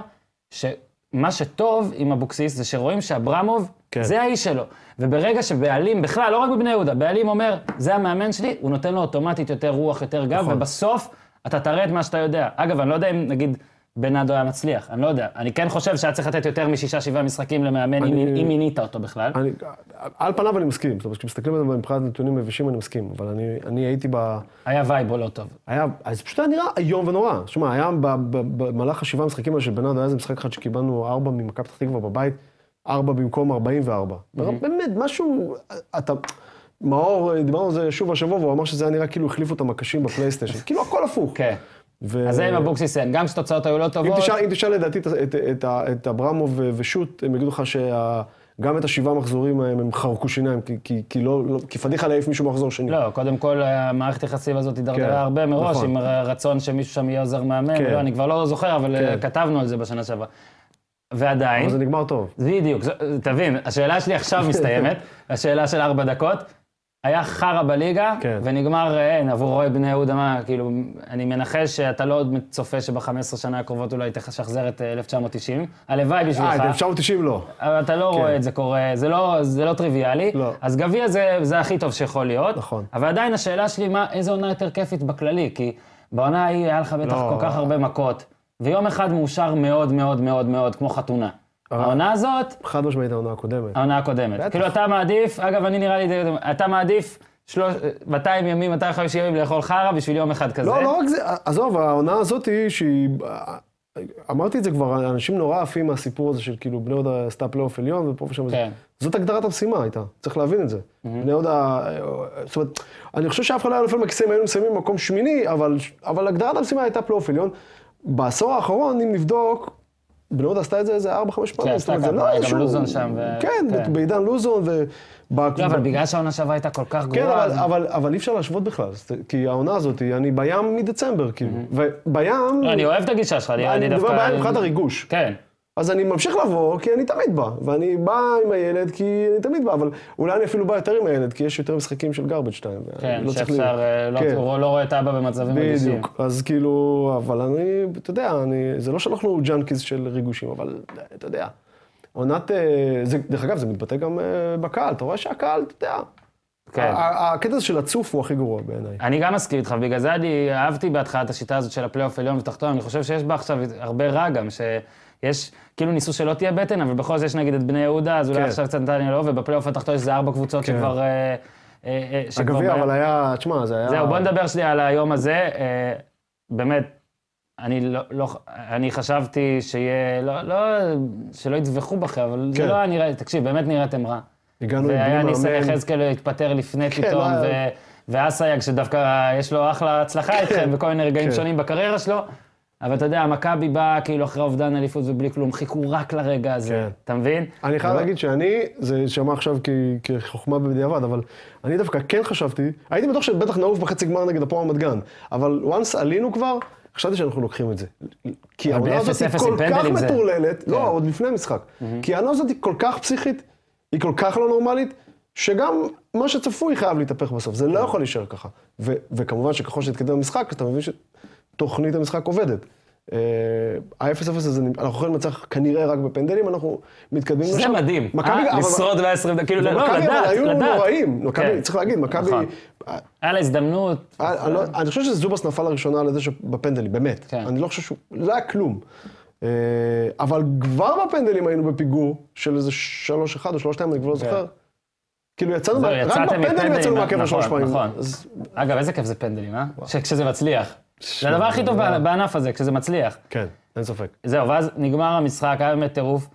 שמה שטוב עם אבוקסיס זה שרואים שאברמוב, זה האיש שלו. וברגע שבעלים, בכלל, לא רק בבני יהודה, בעלים אומר, זה המאמן שלי, הוא נותן לו אוטומטית יותר רוח, יותר גב, ובסוף אתה תראה את מה שאתה יודע. אגב, אני לא יודע אם, נגיד, בנאדו היה מצליח, אני לא יודע. אני כן חושב שהיה צריך לתת יותר משישה, שבעה משחקים למאמן, אם מינית אותו בכלל. על פניו אני מסכים, זאת אומרת, כשמסתכלים על זה מבחינת נתונים מבישים, אני מסכים, אבל אני הייתי ב... היה וייב לא טוב. היה, אז פשוט היה נראה איום ונורא. תשמע, היה במהלך השבעה משחקים האלה של בנאדו, היה איזה משחק אחד שקיבלנו ארבע ממכבי פתח תקווה בבית, ארבע במקום ארבעים וארבע. באמת, משהו, אתה... מאור, דיברנו על זה שוב השבוע, והוא אמר שזה היה נראה כאילו החליפו את המקשים בפלייסטיישן. כאילו הכל הפוך. כן. אז זה עם אבוקסיס, גם כשתוצאות היו לא טובות. אם תשאל לדעתי את אברמוב ושוט, הם יגידו לך שגם את השבעה מחזורים הם חרקו שיניים, כי פדיחה להעיף מישהו מחזור שני. לא, קודם כל, המערכת יחסים הזאת הידרדרה הרבה מראש, עם רצון שמישהו שם יהיה עוזר מאמן. לא, אני כבר לא זוכר, אבל כתבנו על זה בשנה שעברה. ועדיין... אבל זה נגמר טוב. בדיוק, תבין, השאלה שלי עכשיו מסתיימת, השאלה של ארבע דקות, היה חרה בליגה, ונגמר, אין, עבור רועי בני יהודה, מה, כאילו, אני מנחש שאתה לא עוד צופה שב-חמש עשרה שנה הקרובות אולי תשחזר את אלף תשע מאות תשעים, הלוואי בשבילך. אה, את אלף תשע מאות תשעים לא. אבל אתה לא רואה את זה קורה, זה לא טריוויאלי. אז גביע זה הכי טוב שיכול להיות. נכון. אבל עדיין השאלה שלי, איזו עונה יותר כיפית בכללי, כי בעונה ההיא היה לך בטח כל כך הרבה מכות, ויום אחד מאושר מאוד מאוד מאוד מאוד, כמו חתונה. העונה הזאת... חד משמעית העונה הקודמת. העונה הקודמת. כאילו אתה מעדיף, אגב, אני נראה לי, אתה מעדיף מאתיים ימים, מאתיים וחמישים ימים לאכול חרה בשביל יום אחד כזה. לא, לא רק זה, עזוב, העונה הזאת היא שהיא... אמרתי את זה כבר, אנשים נורא עפים מהסיפור הזה של כאילו בני יהודה עשתה פלייאוף עליון ופה ושם. זאת הגדרת המשימה הייתה, צריך להבין את זה. בני יהודה... זאת אומרת, אני חושב שאף אחד לא היה נופל מהכיסא אם היינו מסיימים במקום שמיני, אבל הגדרת המשימה הייתה פלייאוף עליון. בעשור האחרון, אם נבדוק, בני יהודה עשתה את זה איזה ארבע, חמש פעמים. כן, עשתה ככה, גם לוזון שם. כן, בעידן לוזון ו... לא, אבל בגלל שהעונה שעברה הייתה כל כך גרועה. כן, אבל אי אפשר להשוות בכלל, כי העונה הזאת, אני בים מדצמבר, כאילו. ובים... אני אוהב את הגישה שלך, אני מדבר בים מבחינת הריגוש. כן. אז אני ממשיך לבוא, כי אני תמיד בא, ואני בא עם הילד, כי אני תמיד בא, אבל אולי אני אפילו בא יותר עם הילד, כי יש יותר משחקים של garbage time. כן, שאפשר, לא רואה את אבא במצבים רגישים. בדיוק, אז כאילו, אבל אני, אתה יודע, זה לא שאנחנו ג'אנקיז של ריגושים, אבל אתה יודע, עונת, דרך אגב, זה מתבטא גם בקהל, אתה רואה שהקהל, אתה יודע, הקטע הזה של הצוף הוא הכי גרוע בעיניי. אני גם מסכים איתך, בגלל זה אני אהבתי בהתחלה את השיטה הזאת של הפלייאוף עליון ותחתון, אני חושב שיש בה עכשיו הרבה רע גם, יש, כאילו ניסו שלא תהיה בטן, אבל בכל זאת יש נגיד את בני יהודה, אז אולי עכשיו קצת נתניה לא, ובפלייאוף התחתון יש זה ארבע קבוצות שכבר... הגביע, אבל היה, תשמע, זה היה... זהו, בוא נדבר שלי על היום הזה. באמת, אני חשבתי שיהיה, שלא יצווחו בכם, אבל זה לא היה נראה, תקשיב, באמת נראיתם רע. והיה ניסן יחזקאל להתפטר לפני פתאום, ואסייג, שדווקא יש לו אחלה הצלחה איתכם, בכל מיני רגעים שונים בקריירה שלו. אבל אתה יודע, המכבי באה כאילו אחרי אובדן אליפות ובלי כלום, חיכו רק לרגע הזה, אתה מבין? אני חייב להגיד שאני, זה שמע עכשיו כחוכמה בדיעבד, אבל אני דווקא כן חשבתי, הייתי בטוח שבטח נעוף בחצי גמר נגד הפועל רמת גן, אבל once עלינו כבר, חשבתי שאנחנו לוקחים את זה. כי העונה הזאת היא כל כך מטורללת, לא, עוד לפני המשחק, כי העונה הזאת היא כל כך פסיכית, היא כל כך לא נורמלית, שגם מה שצפוי חייב להתהפך בסוף, זה לא יכול להישאר ככה. וכמובן שככל שתתקדם המשחק, אתה מבין שתוכנית המשחק עובדת. ה-אפס אפס הזה, אנחנו יכולים לנצח כנראה רק בפנדלים, אנחנו מתקדמים לשם. זה מדהים, לשרוד ב-עשרים דקות, כאילו לא, לדעת, לדעת. אבל היו נוראים, צריך להגיד, מכבי... היה לה הזדמנות. אני חושב שזובס נפל לראשונה על זה שבפנדלים, באמת. אני לא חושב שהוא, לא היה כלום. אבל כבר בפנדלים היינו בפיגור של איזה שלוש אחד או שלוש שתיים, אני כבר לא זוכר. כאילו יצאנו, רק בפנדלים יצאנו מהקבר שלוש פעמים. נכון, אגב, איזה כיף זה פנדלים, אה? כשזה מצליח. זה הדבר הכי טוב בענף הזה, כשזה מצליח. כן, אין ספק. זהו, ואז נגמר המשחק, היה באמת טירוף.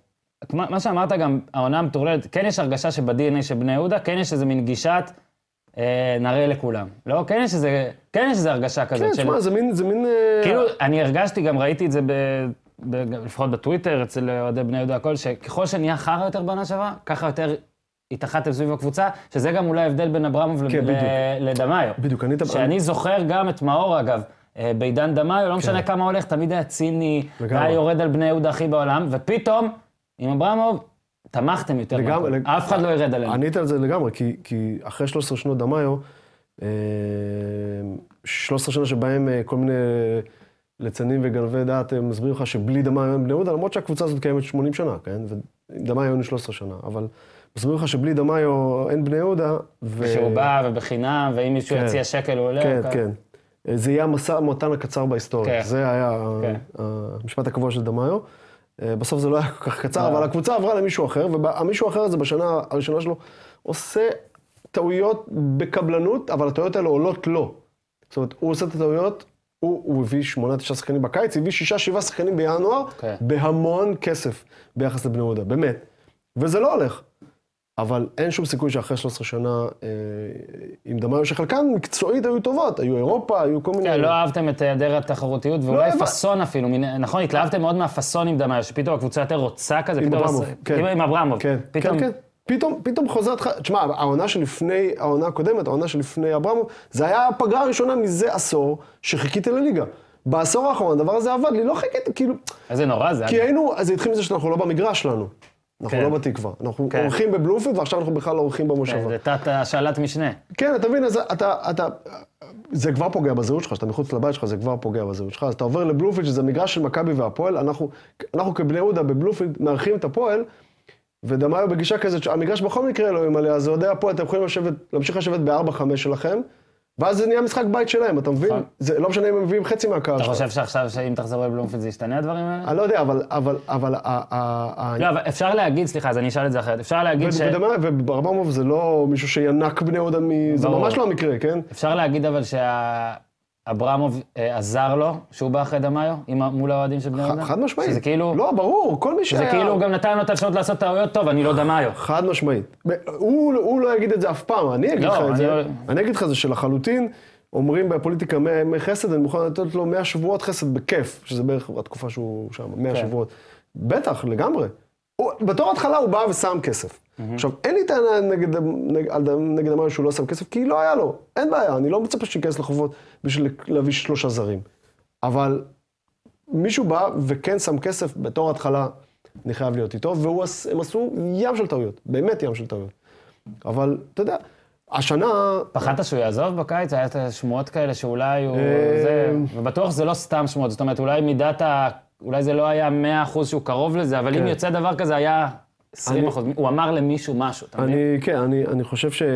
מה שאמרת גם, העונה המטורללת, כן יש הרגשה שב-די אן איי של בני יהודה, כן יש איזה מין גישת, אה, נראה לכולם. לא? כן יש איזה, כן יש איזה הרגשה כזאת כן, תשמע, זה מין, זה מין... כאילו, אני הרגשתי, גם ראיתי את זה ב... ב... לפחות בטוויטר, אצל אוהדי בני יהודה הכל, שככל שנהיה חרא יותר בעונה שעברה, ככה יותר התאחדתם סביב הקבוצה, שזה גם אולי הבדל בין אברמוב כן, ל... לדמיו. בדיוק, אני... שאני זוכר גם את מאור, אגב, בעידן דמיו, לא משנה כמה הולך, תמיד היה ציני, היה יורד על בני יהודה הכי בעולם, ופתאום, עם אברמוב, תמכתם יותר. לגמרי, לג... אף אחד לא ירד עלינו. ענית על זה לגמרי, כי, כי אחרי שלוש עשרה שנות דמיו, שלוש עשרה שנה שבהם כל מיני ליצנים וגנבי דעת מסבירים לך שבלי דמיו אין בני יהודה, למרות שהקבוצה הזאת קיימת שמונים שנה, כן? ודמיו היינו שלוש עשרה שנה, אבל מסבירים לך שבלי דמיו אין בני יהודה. ו... ושהוא בא ובחינם, ואם מישהו כן. יציע שקל הוא עולה. כן, או כן. זה יהיה המסע המתן הקצר בהיסטוריה. כן. זה היה כן. המשפט הקבוע של דמיו. בסוף זה לא היה כל כך קצר, אבל הקבוצה עברה למישהו אחר, והמישהו אחר הזה בשנה הראשונה שלו עושה טעויות בקבלנות, אבל הטעויות האלה עולות לו. זאת אומרת, הוא עושה את הטעויות, הוא, הוא הביא שמונה, תשעה שחקנים בקיץ, הביא שישה, שבעה שחקנים בינואר, כן. בהמון כסף ביחס לבני יהודה, באמת. וזה לא הולך. אבל אין שום סיכוי שאחרי שלוש עשרה שנה, אה, עם דמיו שחלקן מקצועית היו טובות, היו אירופה, היו כל מיני... כן, לא אהבתם את היעדר התחרותיות, ואולי לא, פאסון אפילו, נכון, התלהבתם מאוד מהפאסון עם דמיו, שפתאום הקבוצה יותר רוצה כזה, עם פתאום... אברמוב, הס- כן. עם אברמוב, כן, פתאום... כן, כן. פתאום, פתאום חוזרת לך, תשמע, העונה שלפני, העונה הקודמת, העונה שלפני אברמוב, זה היה הפגרה הראשונה מזה עשור שחיכיתי לליגה. בעשור האחרון, הדבר הזה עבד לי, לא חיכיתי, כאילו... איזה נורא זה. כי היינו, אז זה התחיל מזה שאנחנו לא במגרש שלנו. אנחנו כן. לא בתקווה. אנחנו כן. אורחים בבלומפילד, ועכשיו אנחנו בכלל לא אורחים במושבה. זה תת השאלת משנה. כן, אתה מבין, אז אתה, אתה, זה כבר פוגע בזהות שלך, שאתה מחוץ לבית שלך, זה כבר פוגע בזהות שלך. אז אתה עובר לבלומפילד, שזה מגרש של מכבי והפועל, אנחנו, אנחנו כבני יהודה בבלומפילד מארחים את הפועל, ודמיו בגישה כזאת, שהמגרש בכל מקרה לא ימלא, אז אוהדי הפועל, אתם יכולים לשבת, להמשיך לשבת ב-ארבע חמש שלכם, ואז זה נהיה משחק בית שלהם, אתה מבין? זה לא משנה אם הם מביאים חצי מהקהל אתה שלך. חושב שעכשיו, שאם תחזרו לבלומפילד זה ישתנה הדברים האלה? אני לא יודע, אבל, אבל, אבל, לא, אבל אפשר להגיד, סליחה, אז אני אשאל את זה אחרת, אפשר להגיד ש... וברמוב זה לא מישהו שינק בני יהודה מ... זה ממש לא המקרה, כן? אפשר להגיד אבל שאברמוב עזר לו, שהוא בא אחרי דמיו, מול האוהדים של בני יהודה? חד משמעית. שזה כאילו... לא, ברור, כל מי שהיה... זה כאילו גם נתן לו את האפשרות לעשות טעויות, טוב, אני לא דמיו. חד משמעית. הוא, הוא לא יגיד את זה אף פעם, אני אגיד לא, לך את אני זה. לא... אני אגיד לך זה שלחלוטין, אומרים בפוליטיקה מאה חסד, אני מוכן לתת לו מאה שבועות חסד בכיף, שזה בערך התקופה שהוא שם, מאה כן. שבועות. בטח, לגמרי. הוא, בתור התחלה הוא בא ושם כסף. Mm-hmm. עכשיו, אין לי טענה נגד, נגד, נגד אמר שהוא לא שם כסף, כי לא היה לו. אין בעיה, אני לא מצפה שייכנס לחובות בשביל להביא שלושה זרים. אבל מישהו בא וכן שם כסף בתור התחלה, אני חייב להיות איתו, והם עשו ים של טעויות, באמת ים של טעויות. אבל, אתה יודע, השנה... פחדת שהוא יעזוב בקיץ? היה את השמועות כאלה שאולי הוא... זה... ובטוח זה לא סתם שמועות, זאת אומרת, אולי מידת ה... אולי זה לא היה מאה אחוז שהוא קרוב לזה, אבל אם יוצא דבר כזה היה עשרים אחוז. הוא אמר למישהו משהו, אתה מבין? כן, אני חושב ש...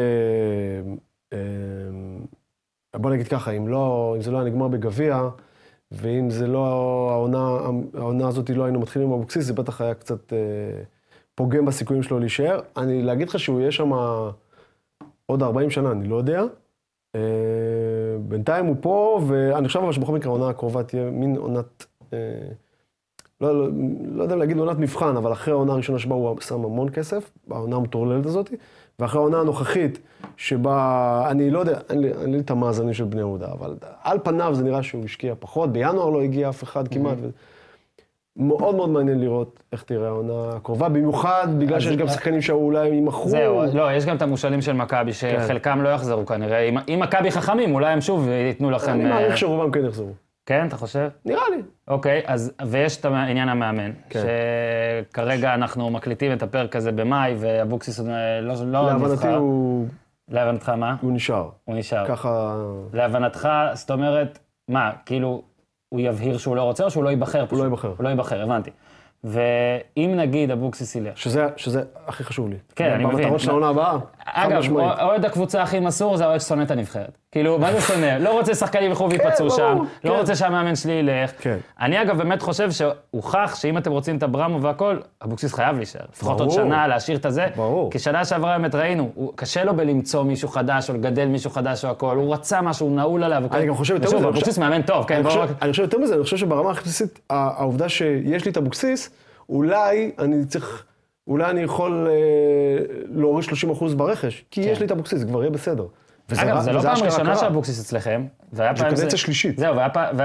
בוא נגיד ככה, אם זה לא היה נגמר בגביע, ואם זה לא העונה הזאת לא היינו מתחילים עם אבוקסיס, זה בטח היה קצת פוגם בסיכויים שלו להישאר. אני להגיד לך שהוא יהיה שם עוד ארבעים שנה, אני לא יודע. בינתיים הוא פה, ואני חושב אבל שבכל מקרה העונה הקרובה תהיה מין עונת... לא, לא, לא יודע להגיד עונת מבחן, אבל אחרי העונה הראשונה שבה הוא שם המון כסף, העונה המטורללת הזאת, ואחרי העונה הנוכחית שבה, אני לא יודע, אין לי, אין לי את המאזנים של בני יהודה, אבל על פניו זה נראה שהוא השקיע פחות, בינואר לא הגיע אף אחד כמעט, ו... מאוד מאוד מעניין לראות איך תראה העונה הקרובה, במיוחד בגלל שיש גם שחקנים שאולי יימכרו. זהו, לא, יש גם את המושאלים של מכבי, שחלקם לא יחזרו כנראה. אם מכבי חכמים, אולי הם שוב ייתנו לכם... אני מעריך שרובם כן יחזרו. כן, אתה חושב? נראה לי. אוקיי, אז, ויש את העניין המאמן, שכרגע אנחנו מקליטים את הפרק הזה במאי, ואבוקסיס לא נבחר. להבנתי הוא... להבנתך מה? הוא נשאר. הוא נשאר. ככה... להבנתך, זאת אומרת, מה, כאילו, הוא יבהיר שהוא לא רוצה, או שהוא לא ייבחר? הוא לא ייבחר. הוא לא ייבחר, הבנתי. ואם נגיד אבוקסיס ילך... שזה, שזה הכי חשוב לי. כן, אני מבין. במטרות של העונה הבאה, אגב, אוהד הקבוצה הכי מסור זה האוהד ששונא את הנבחרת. כאילו, מה זה שונא? לא רוצה שחקנים ילכו ויפצעו שם, לא רוצה שהמאמן שלי ילך. אני אגב באמת חושב שהוכח שאם אתם רוצים את אברמוב והכל, אבוקסיס חייב להישאר. לפחות עוד שנה להשאיר את הזה. ברור. כי שנה שעברה באמת ראינו, קשה לו בלמצוא מישהו חדש או לגדל מישהו חדש או הכל. הוא רצה משהו, הוא נעול עליו. אני גם חושב יותר מזה. אבוקסיס מאמן טוב, כן. אני חושב יותר מזה, אני חושב שברמה הכי בסיסית, העובדה שיש לי את אבוקסיס, אולי אני צריך, אולי אני יכול אה, להוריד שלושים אחוז ברכש, כי כן. יש לי את אבוקסיס, זה כבר יהיה בסדר. אגב, זה לא פעם ראשונה שאבוקסיס אצלכם. זה קדנציה שלישית. זהו,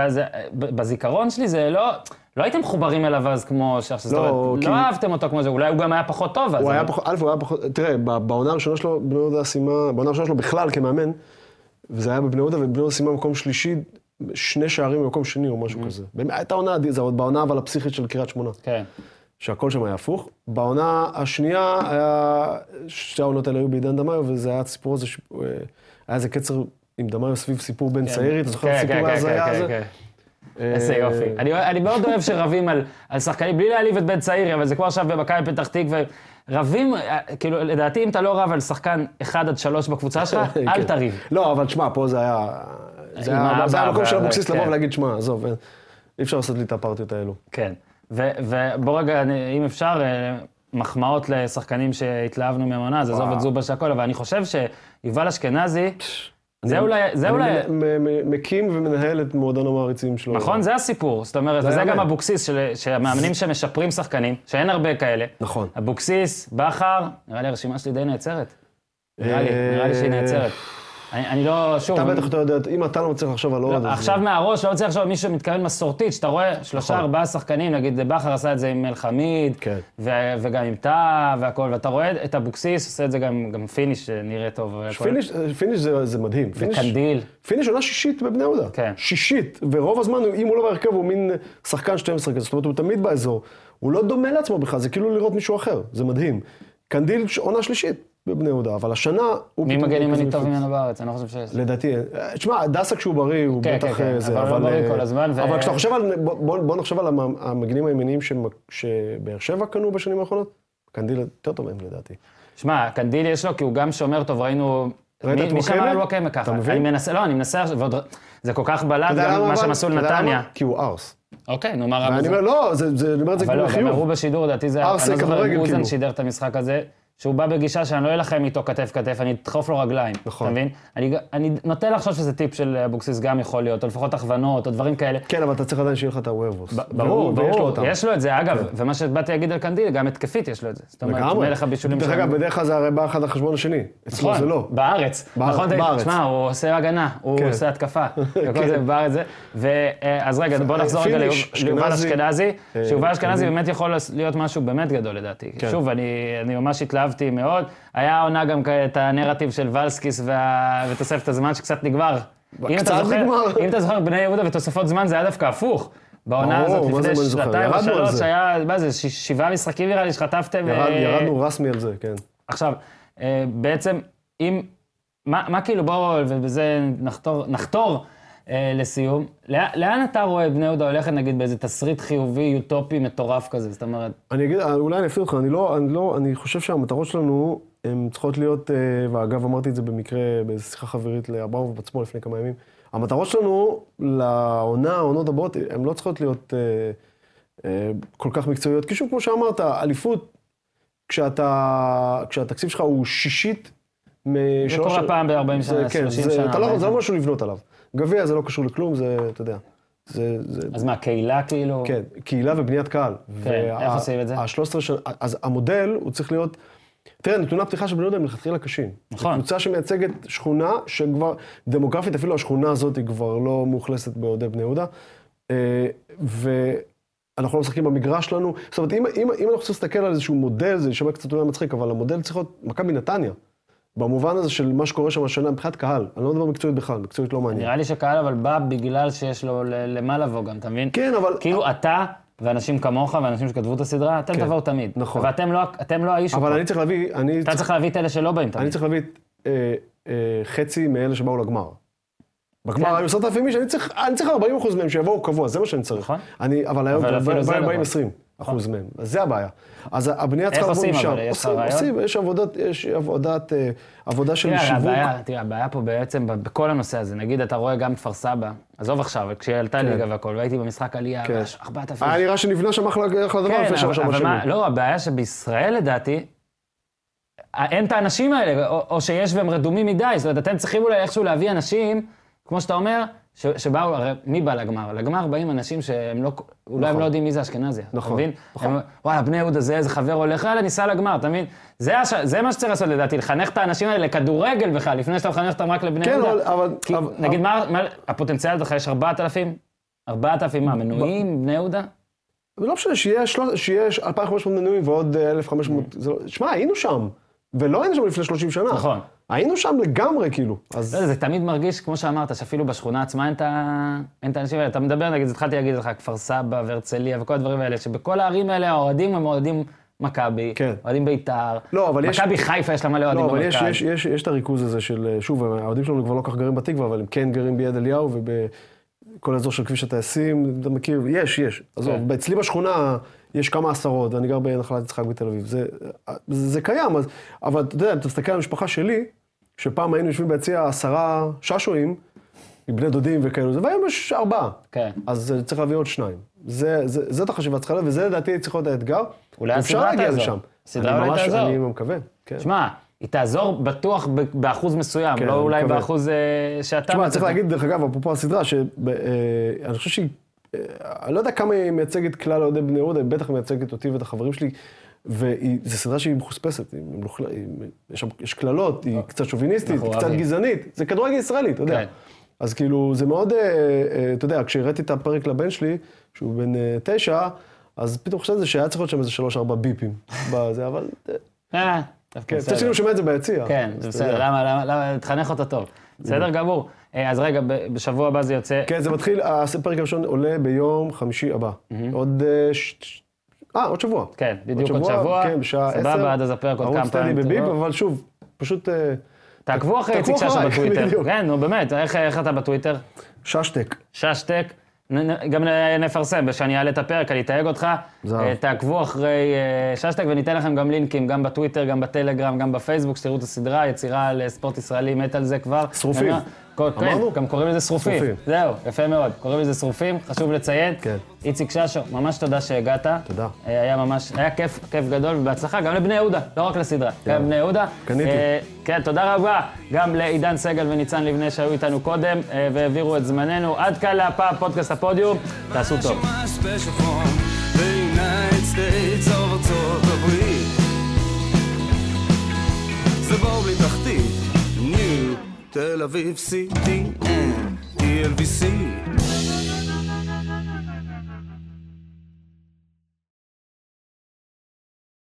בזיכרון שלי זה לא... לא הייתם מחוברים אליו אז כמו שעכשיו, לא אהבתם אותו כמו זה, אולי הוא גם היה פחות טוב אז. הוא היה פחות, אלף הוא היה פחות, תראה, בעונה הראשונה שלו, בני יהודה סיימה, בעונה הראשונה שלו בכלל כמאמן, וזה היה בבני יהודה, ובני יהודה סיימה במקום שלישי, שני שערים במקום שני או משהו כזה. הייתה עונה, זה עוד בעונה אבל הפסיכית של קריית שמונה. כן. שהכל שם היה הפוך. בעונה השנייה היה, שתי העונות האלה היו בעידן דמאיו, וזה היה הסיפור הזה, היה איזה קצר עם דמאיו סביב סיפור בן צעירי, אתה זוכר את הסיפור ההזיה הזה? איזה יופי. אני מאוד אוהב שרבים על שחקנים, בלי להעליב את בן צעירי, אבל זה כמו עכשיו במכבי פתח תקווה, רבים, כאילו, לדעתי, אם אתה לא רב על שחקן אחד עד שלוש בקבוצה שלך, אל תריב. לא, אבל תשמע, פה זה היה... זה היה המקום של אבוקסיס לבוא ולהגיד, שמע, עזוב, אי אפשר לעשות לי את הפרטיות האלו. כן. ובוא רגע, אם אפשר, מחמאות לשחקנים שהתלהבנו מהעונה, אז עזוב את זובש הכל, אבל אני חושב שיובל אשכנזי, זה אולי, זה אולי... אני מקים ומנהל את מועדון המעריצים שלו. נכון, זה הסיפור. זאת אומרת, וזה גם אבוקסיס, שהמאמנים שמשפרים שחקנים, שאין הרבה כאלה. נכון. אבוקסיס, בכר, נראה לי הרשימה שלי די נעצרת. נראה לי, נראה לי שהיא נעצרת. אני לא, שוב... אתה בטח אתה יודע, אם אתה לא מצליח לחשוב על עוד... עכשיו מהראש, לא מצליח לחשוב על מישהו שמתכוון מסורתית, שאתה רואה שלושה, ארבעה שחקנים, נגיד, בכר עשה את זה עם אלחמיד, וגם עם טאה והכל, ואתה רואה את אבוקסיס, עושה את זה גם פיניש שנראה טוב. פיניש זה מדהים. וקנדיל. פיניש עונה שישית בבני יהודה. שישית, ורוב הזמן, אם הוא לא בהרכב, הוא מין שחקן שתים עשרה כזה, זאת אומרת, הוא תמיד באזור. הוא לא דומה לעצמו בכלל, זה כאילו לראות מישהו אחר, זה מדהים. קנדיל עונה שלישית. בבני יהודה, אבל השנה הוא... מי מגן ימני טוב ממנו בארץ? אני לא חושב שיש. לדעתי, תשמע, דסה כשהוא בריא, הוא בטח... כן, כן, אבל הוא בריא כל הזמן. אבל כשאתה חושב על... בוא נחשוב על המגנים הימניים שבאר שבע קנו בשנים האחרונות, קנדיל יותר טוב מהם לדעתי. שמע, קנדיל יש לו, כי הוא גם שומר טוב, ראינו... מי שמע על וואקמה ככה? אני מנסה, לא, אני מנסה... זה כל כך בלט גם מה שהם עשו לנתניה. כי הוא ארס. אוקיי, נו, מה רע בזה? ואני אומר, לא, אני אומר את זה כמו לחיוב. אבל לא, אמרו בשידור, לדעתי זה... אני לא זוכר, אוזן שידר את המשחק הזה. שהוא בא בגישה שאני לא אלחם איתו כתף כתף, אני אדחוף לו רגליים, נכון. אתה מבין? אני, אני נוטה לחשוב שזה טיפ של אבוקסיס גם יכול להיות, או לפחות הכוונות, או דברים כאלה. כן, אבל אתה צריך עדיין שיהיה לך את הוורבוס. ברור, ברור, יש לו את זה, אגב, ומה שבאתי להגיד על קנדיל, גם התקפית יש לו את זה. זאת אומרת, מלך הבישולים שלנו. דרך אגב, בדרך כלל זה הרי בא אחד החשבון השני, אצלו זה לא. בארץ. נכון, תשמע, הוא עושה הגנה, הוא עושה התקפה, וכל זה בארץ זה. אז רגע, בוא נחזור רגע ליובל אשכנזי, שיובל אשכנזי באמת יכול להיות משהו באמת גדול לדעתי. שוב, אני ממש התלהבתי מאוד. היה עונה גם את הנרטיב של ולסקיס ותוספת הזמן שקצת נגמר. קצת נגמר. אם אתה זוכר בני יהודה ותוספות זמן זה היה דווקא הפוך. בעונה הזאת לפני שנתיים או שלוש היה, מה זה, שבעה משחקים נראה לי שחטפתם. ירדנו רסמי על זה, כן. עכשיו, בעצם, אם, מה כאילו בואו, ובזה נחתור לסיום, לאן אתה רואה בני יהודה הולכת נגיד באיזה תסריט חיובי, יוטופי, מטורף כזה, זאת אומרת? אני אגיד, אולי אני אפילו אותך, אני לא, אני לא, אני חושב שהמטרות שלנו, הן צריכות להיות, ואגב אמרתי את זה במקרה, באיזו שיחה חברית לאברהם ובעצמו לפני כמה ימים, המטרות שלנו לעונה, העונות הבאות, הן לא צריכות להיות כל כך מקצועיות, כי שוב, כמו שאמרת, אליפות, כשאתה, כשהתקציב שלך הוא שישית, זה קורה פעם ב-ארבעים שנה, שלושים שנה. זה לא משהו לבנות עליו. גביע זה לא קשור לכלום, זה, אתה יודע. זה, זה... אז מה, קהילה כאילו? כן, קהילה ובניית קהל. כן, איך עושים את זה? ה-שלוש עשרה שנה, אז המודל הוא צריך להיות, תראה, נתוני הפתיחה של בני יהודה הם מלכתחילה קשים. נכון. קבוצה שמייצגת שכונה שכבר, דמוגרפית אפילו השכונה הזאת היא כבר לא מאוכלסת באוהדי בני יהודה, ואנחנו לא משחקים במגרש שלנו. זאת אומרת, אם, אם, אם אנחנו רוצים להסתכל על איזשהו מודל, זה יישמע קצת אולי מצחיק, אבל המודל צריך להיות מכבי נתניה. במובן הזה של מה שקורה שם השנה, מבחינת קהל, אני לא מדבר מקצועית בכלל, מקצועית לא מעניין. נראה לי שקהל אבל בא בגלל שיש לו למה לבוא גם, אתה מבין? כן, אבל... כאילו אתה ואנשים כמוך ואנשים שכתבו את הסדרה, אתם כן, תבואו תמיד. נכון. ואתם לא, אתם לא האיש. אבל אני צריך להביא... אני אתה צריך להביא את אלה שלא באים תמיד. אני צריך להביא אה, אה, חצי מאלה שבאו לגמר. בגמר היו עשרת אלפים איש, אני צריך, אני צריך ארבעים אחוז מהם שיבואו קבוע, זה מה שאני צריך. נכון. אני, אבל היום באים עשרים אחוז מהם, אז זה הבעיה. אז הבנייה צריכה לבוא משם. איך עושים אבל? יש לך רעיון? עושים, יש עבודת, יש עבודת, עבודה של שיווק. תראה, הבעיה פה בעצם בכל הנושא הזה, נגיד אתה רואה גם כפר סבא, עזוב עכשיו, כשעלתה ליגה והכל, והייתי במשחק עלייה, ארבעת אלפים. היה נראה שנבנה שם אחלה דבר לפני שבע שנים. לא, הבעיה שבישראל לדעתי, אין את האנשים האלה, או שיש והם רדומים מדי, זאת אומרת, אתם צריכים אולי איכשהו להביא אנשים, כמו שאתה אומר, ש- שבאו, הרי מי בא לגמר? לגמר באים אנשים שהם לא, אולי הם לא יודעים מי זה אשכנזי, אתה נכון, מבין? נכון. הם, וואלה, בני יהודה זה, איזה חבר הולך, יאללה, ניסה לגמר, אתה מבין? זה, הש... זה מה שצריך לעשות לדעתי, לחנך את האנשים האלה לכדורגל בכלל, לפני שאתה מחנך אותם רק לבני כן, יהודה. אבל- אבל- כי, אבל- נגיד, מה, מה, הפוטנציאל שלך, יש ארבעת אלפים? ארבעת אלפים מה, מנויים, בני יהודה? לא משנה, שיהיה של- שיהיה אלפיים וחמש מאות מנויים ועוד אה, אלף וחמש מאות, זה לא- שמע, היינו שם, ולא היינו שם לפני שלושים שנה. נכון. היינו שם לגמרי, כאילו. אז לא, זה תמיד מרגיש, כמו שאמרת, שאפילו בשכונה עצמה אין את ה- אין את האנשים האלה. אתה מדבר, נגיד, התחלתי להגיד לך, כפר סבא והרצליה וכל הדברים האלה, שבכל הערים האלה האוהדים הם אוהדים מכבי, כן. אוהדים בית"ר. לא, אבל יש- מכבי חיפה יש לה מלא אוהדים לא, אבל במרכז. יש, יש, יש, יש את הריכוז הזה של, שוב, האוהדים שלנו כבר לא כך גרים בתקווה, אבל הם כן גרים ביד אליהו ובכל האזור של כביש הטייסים, אתה מכיר, יש, יש. עזוב, כן. אצלי בשכונה יש כמה עשרות, אני גר בנחלת יצחק בתל אביב, זה, זה, זה קיים, אז, אבל אתה יודע, אם אתה מסתכל על המשפחה שלי, שפעם היינו יושבים ביציע עשרה ששואים, עם בני דודים וכאלו, והיום יש ארבעה. כן. אז צריך להביא עוד שניים. זה, זה, זאת החשיבה צריכה להיות, וזה לדעתי צריך להיות האתגר. אולי אפשר הסדרה להגיע תעזור. לשם. הסדרה אני אולי ממש- תעזור. אני מקווה, כן. שמע, היא תעזור בטוח ב- באחוז מסוים, כן, לא אני אולי מקווה. באחוז אה, שאתה... תשמע, מצפה. צריך להגיד, דרך אגב, אפרופו הסדרה, שאני חושב שהיא, אה, אני לא יודע כמה היא מייצגת כלל אוהדי בני יהודה, היא בטח מייצגת אותי ואת החברים שלי, וזו סדרה שהיא מחוספסת, היא מלוכלכת, היא- יש שם- יש קללות, היא קצת שוביניסטית, אנחנו היא קצת אוהבים. גזענית, זה כדורגל ישראלי, אתה יודע. כן. אז כאילו, זה מאוד, אה, אה, אתה יודע, כשהראיתי את הפרק לבן שלי, שהוא בן אה, תשע, אז פתאום חשבתי שהיה צריך להיות שם איזה שלוש, ארבע ביפים בזה, אבל... אה, אה, דווקא כן, בסדר. מצד שני הוא שומע את זה ביציע. כן, אז זה אתה בסדר, יודע. למה, למה, למה, תחנך אותו טוב. בסדר גמור. אה, אז רגע, ב- בשבוע הבא זה יוצא... כן, זה מתחיל, הפרק הראשון עולה ביום חמישי הבא. עוד... אה, ש- ש- אה, עוד שבוע. כן, בדיוק עוד שבוע. כן, בשעה עשר. סבבה, עד אז הפרק עוד כמה ערוץ טדי פעמים. בביב, טוב. אבל שוב, פשוט אה, תעקבו אחרי תעקבו איציק ששו אחריי, בטוויטר. בדיוק. כן, נו באמת, איך איך אתה בטוויטר? ששטק. ששטק. נ- נ- גם נ- נפרסם, שאני אעלה את הפרק, אני אתייג אותך. זהב. אה, תעקבו אחרי אה, ששטק וניתן לכם גם לינקים, גם בטוויטר, גם בטלגרם, גם בפייסבוק, שתראו את הסדרה, יצירה על ספורט ישראלי, מת על זה כבר. שרופים. כל- כן, אמרנו? גם קוראים לזה שרופים. שרופים. זהו, יפה מאוד. קוראים לזה שרופים, חשוב לציין. כן. איציק ששו, ממש תודה שהגעת. תודה. אה, היה ממש, היה כיף, כיף גדול ובהצלחה, גם לבני יהודה, לא רק לסדרה, גם לבני יהודה. קניתי. אה, כן, תודה רבה גם לעידן סגל וניצן לבנה שהיו איתנו קודם אה, והעבירו את זמננו. עד כאן להפעם פודקאסט הפודיום, תעשו טוב. My special form, the United States of ארצות הברית. זה בור בלי תחתית, ניו תל אביב סי טי אן, טי אל וי סי.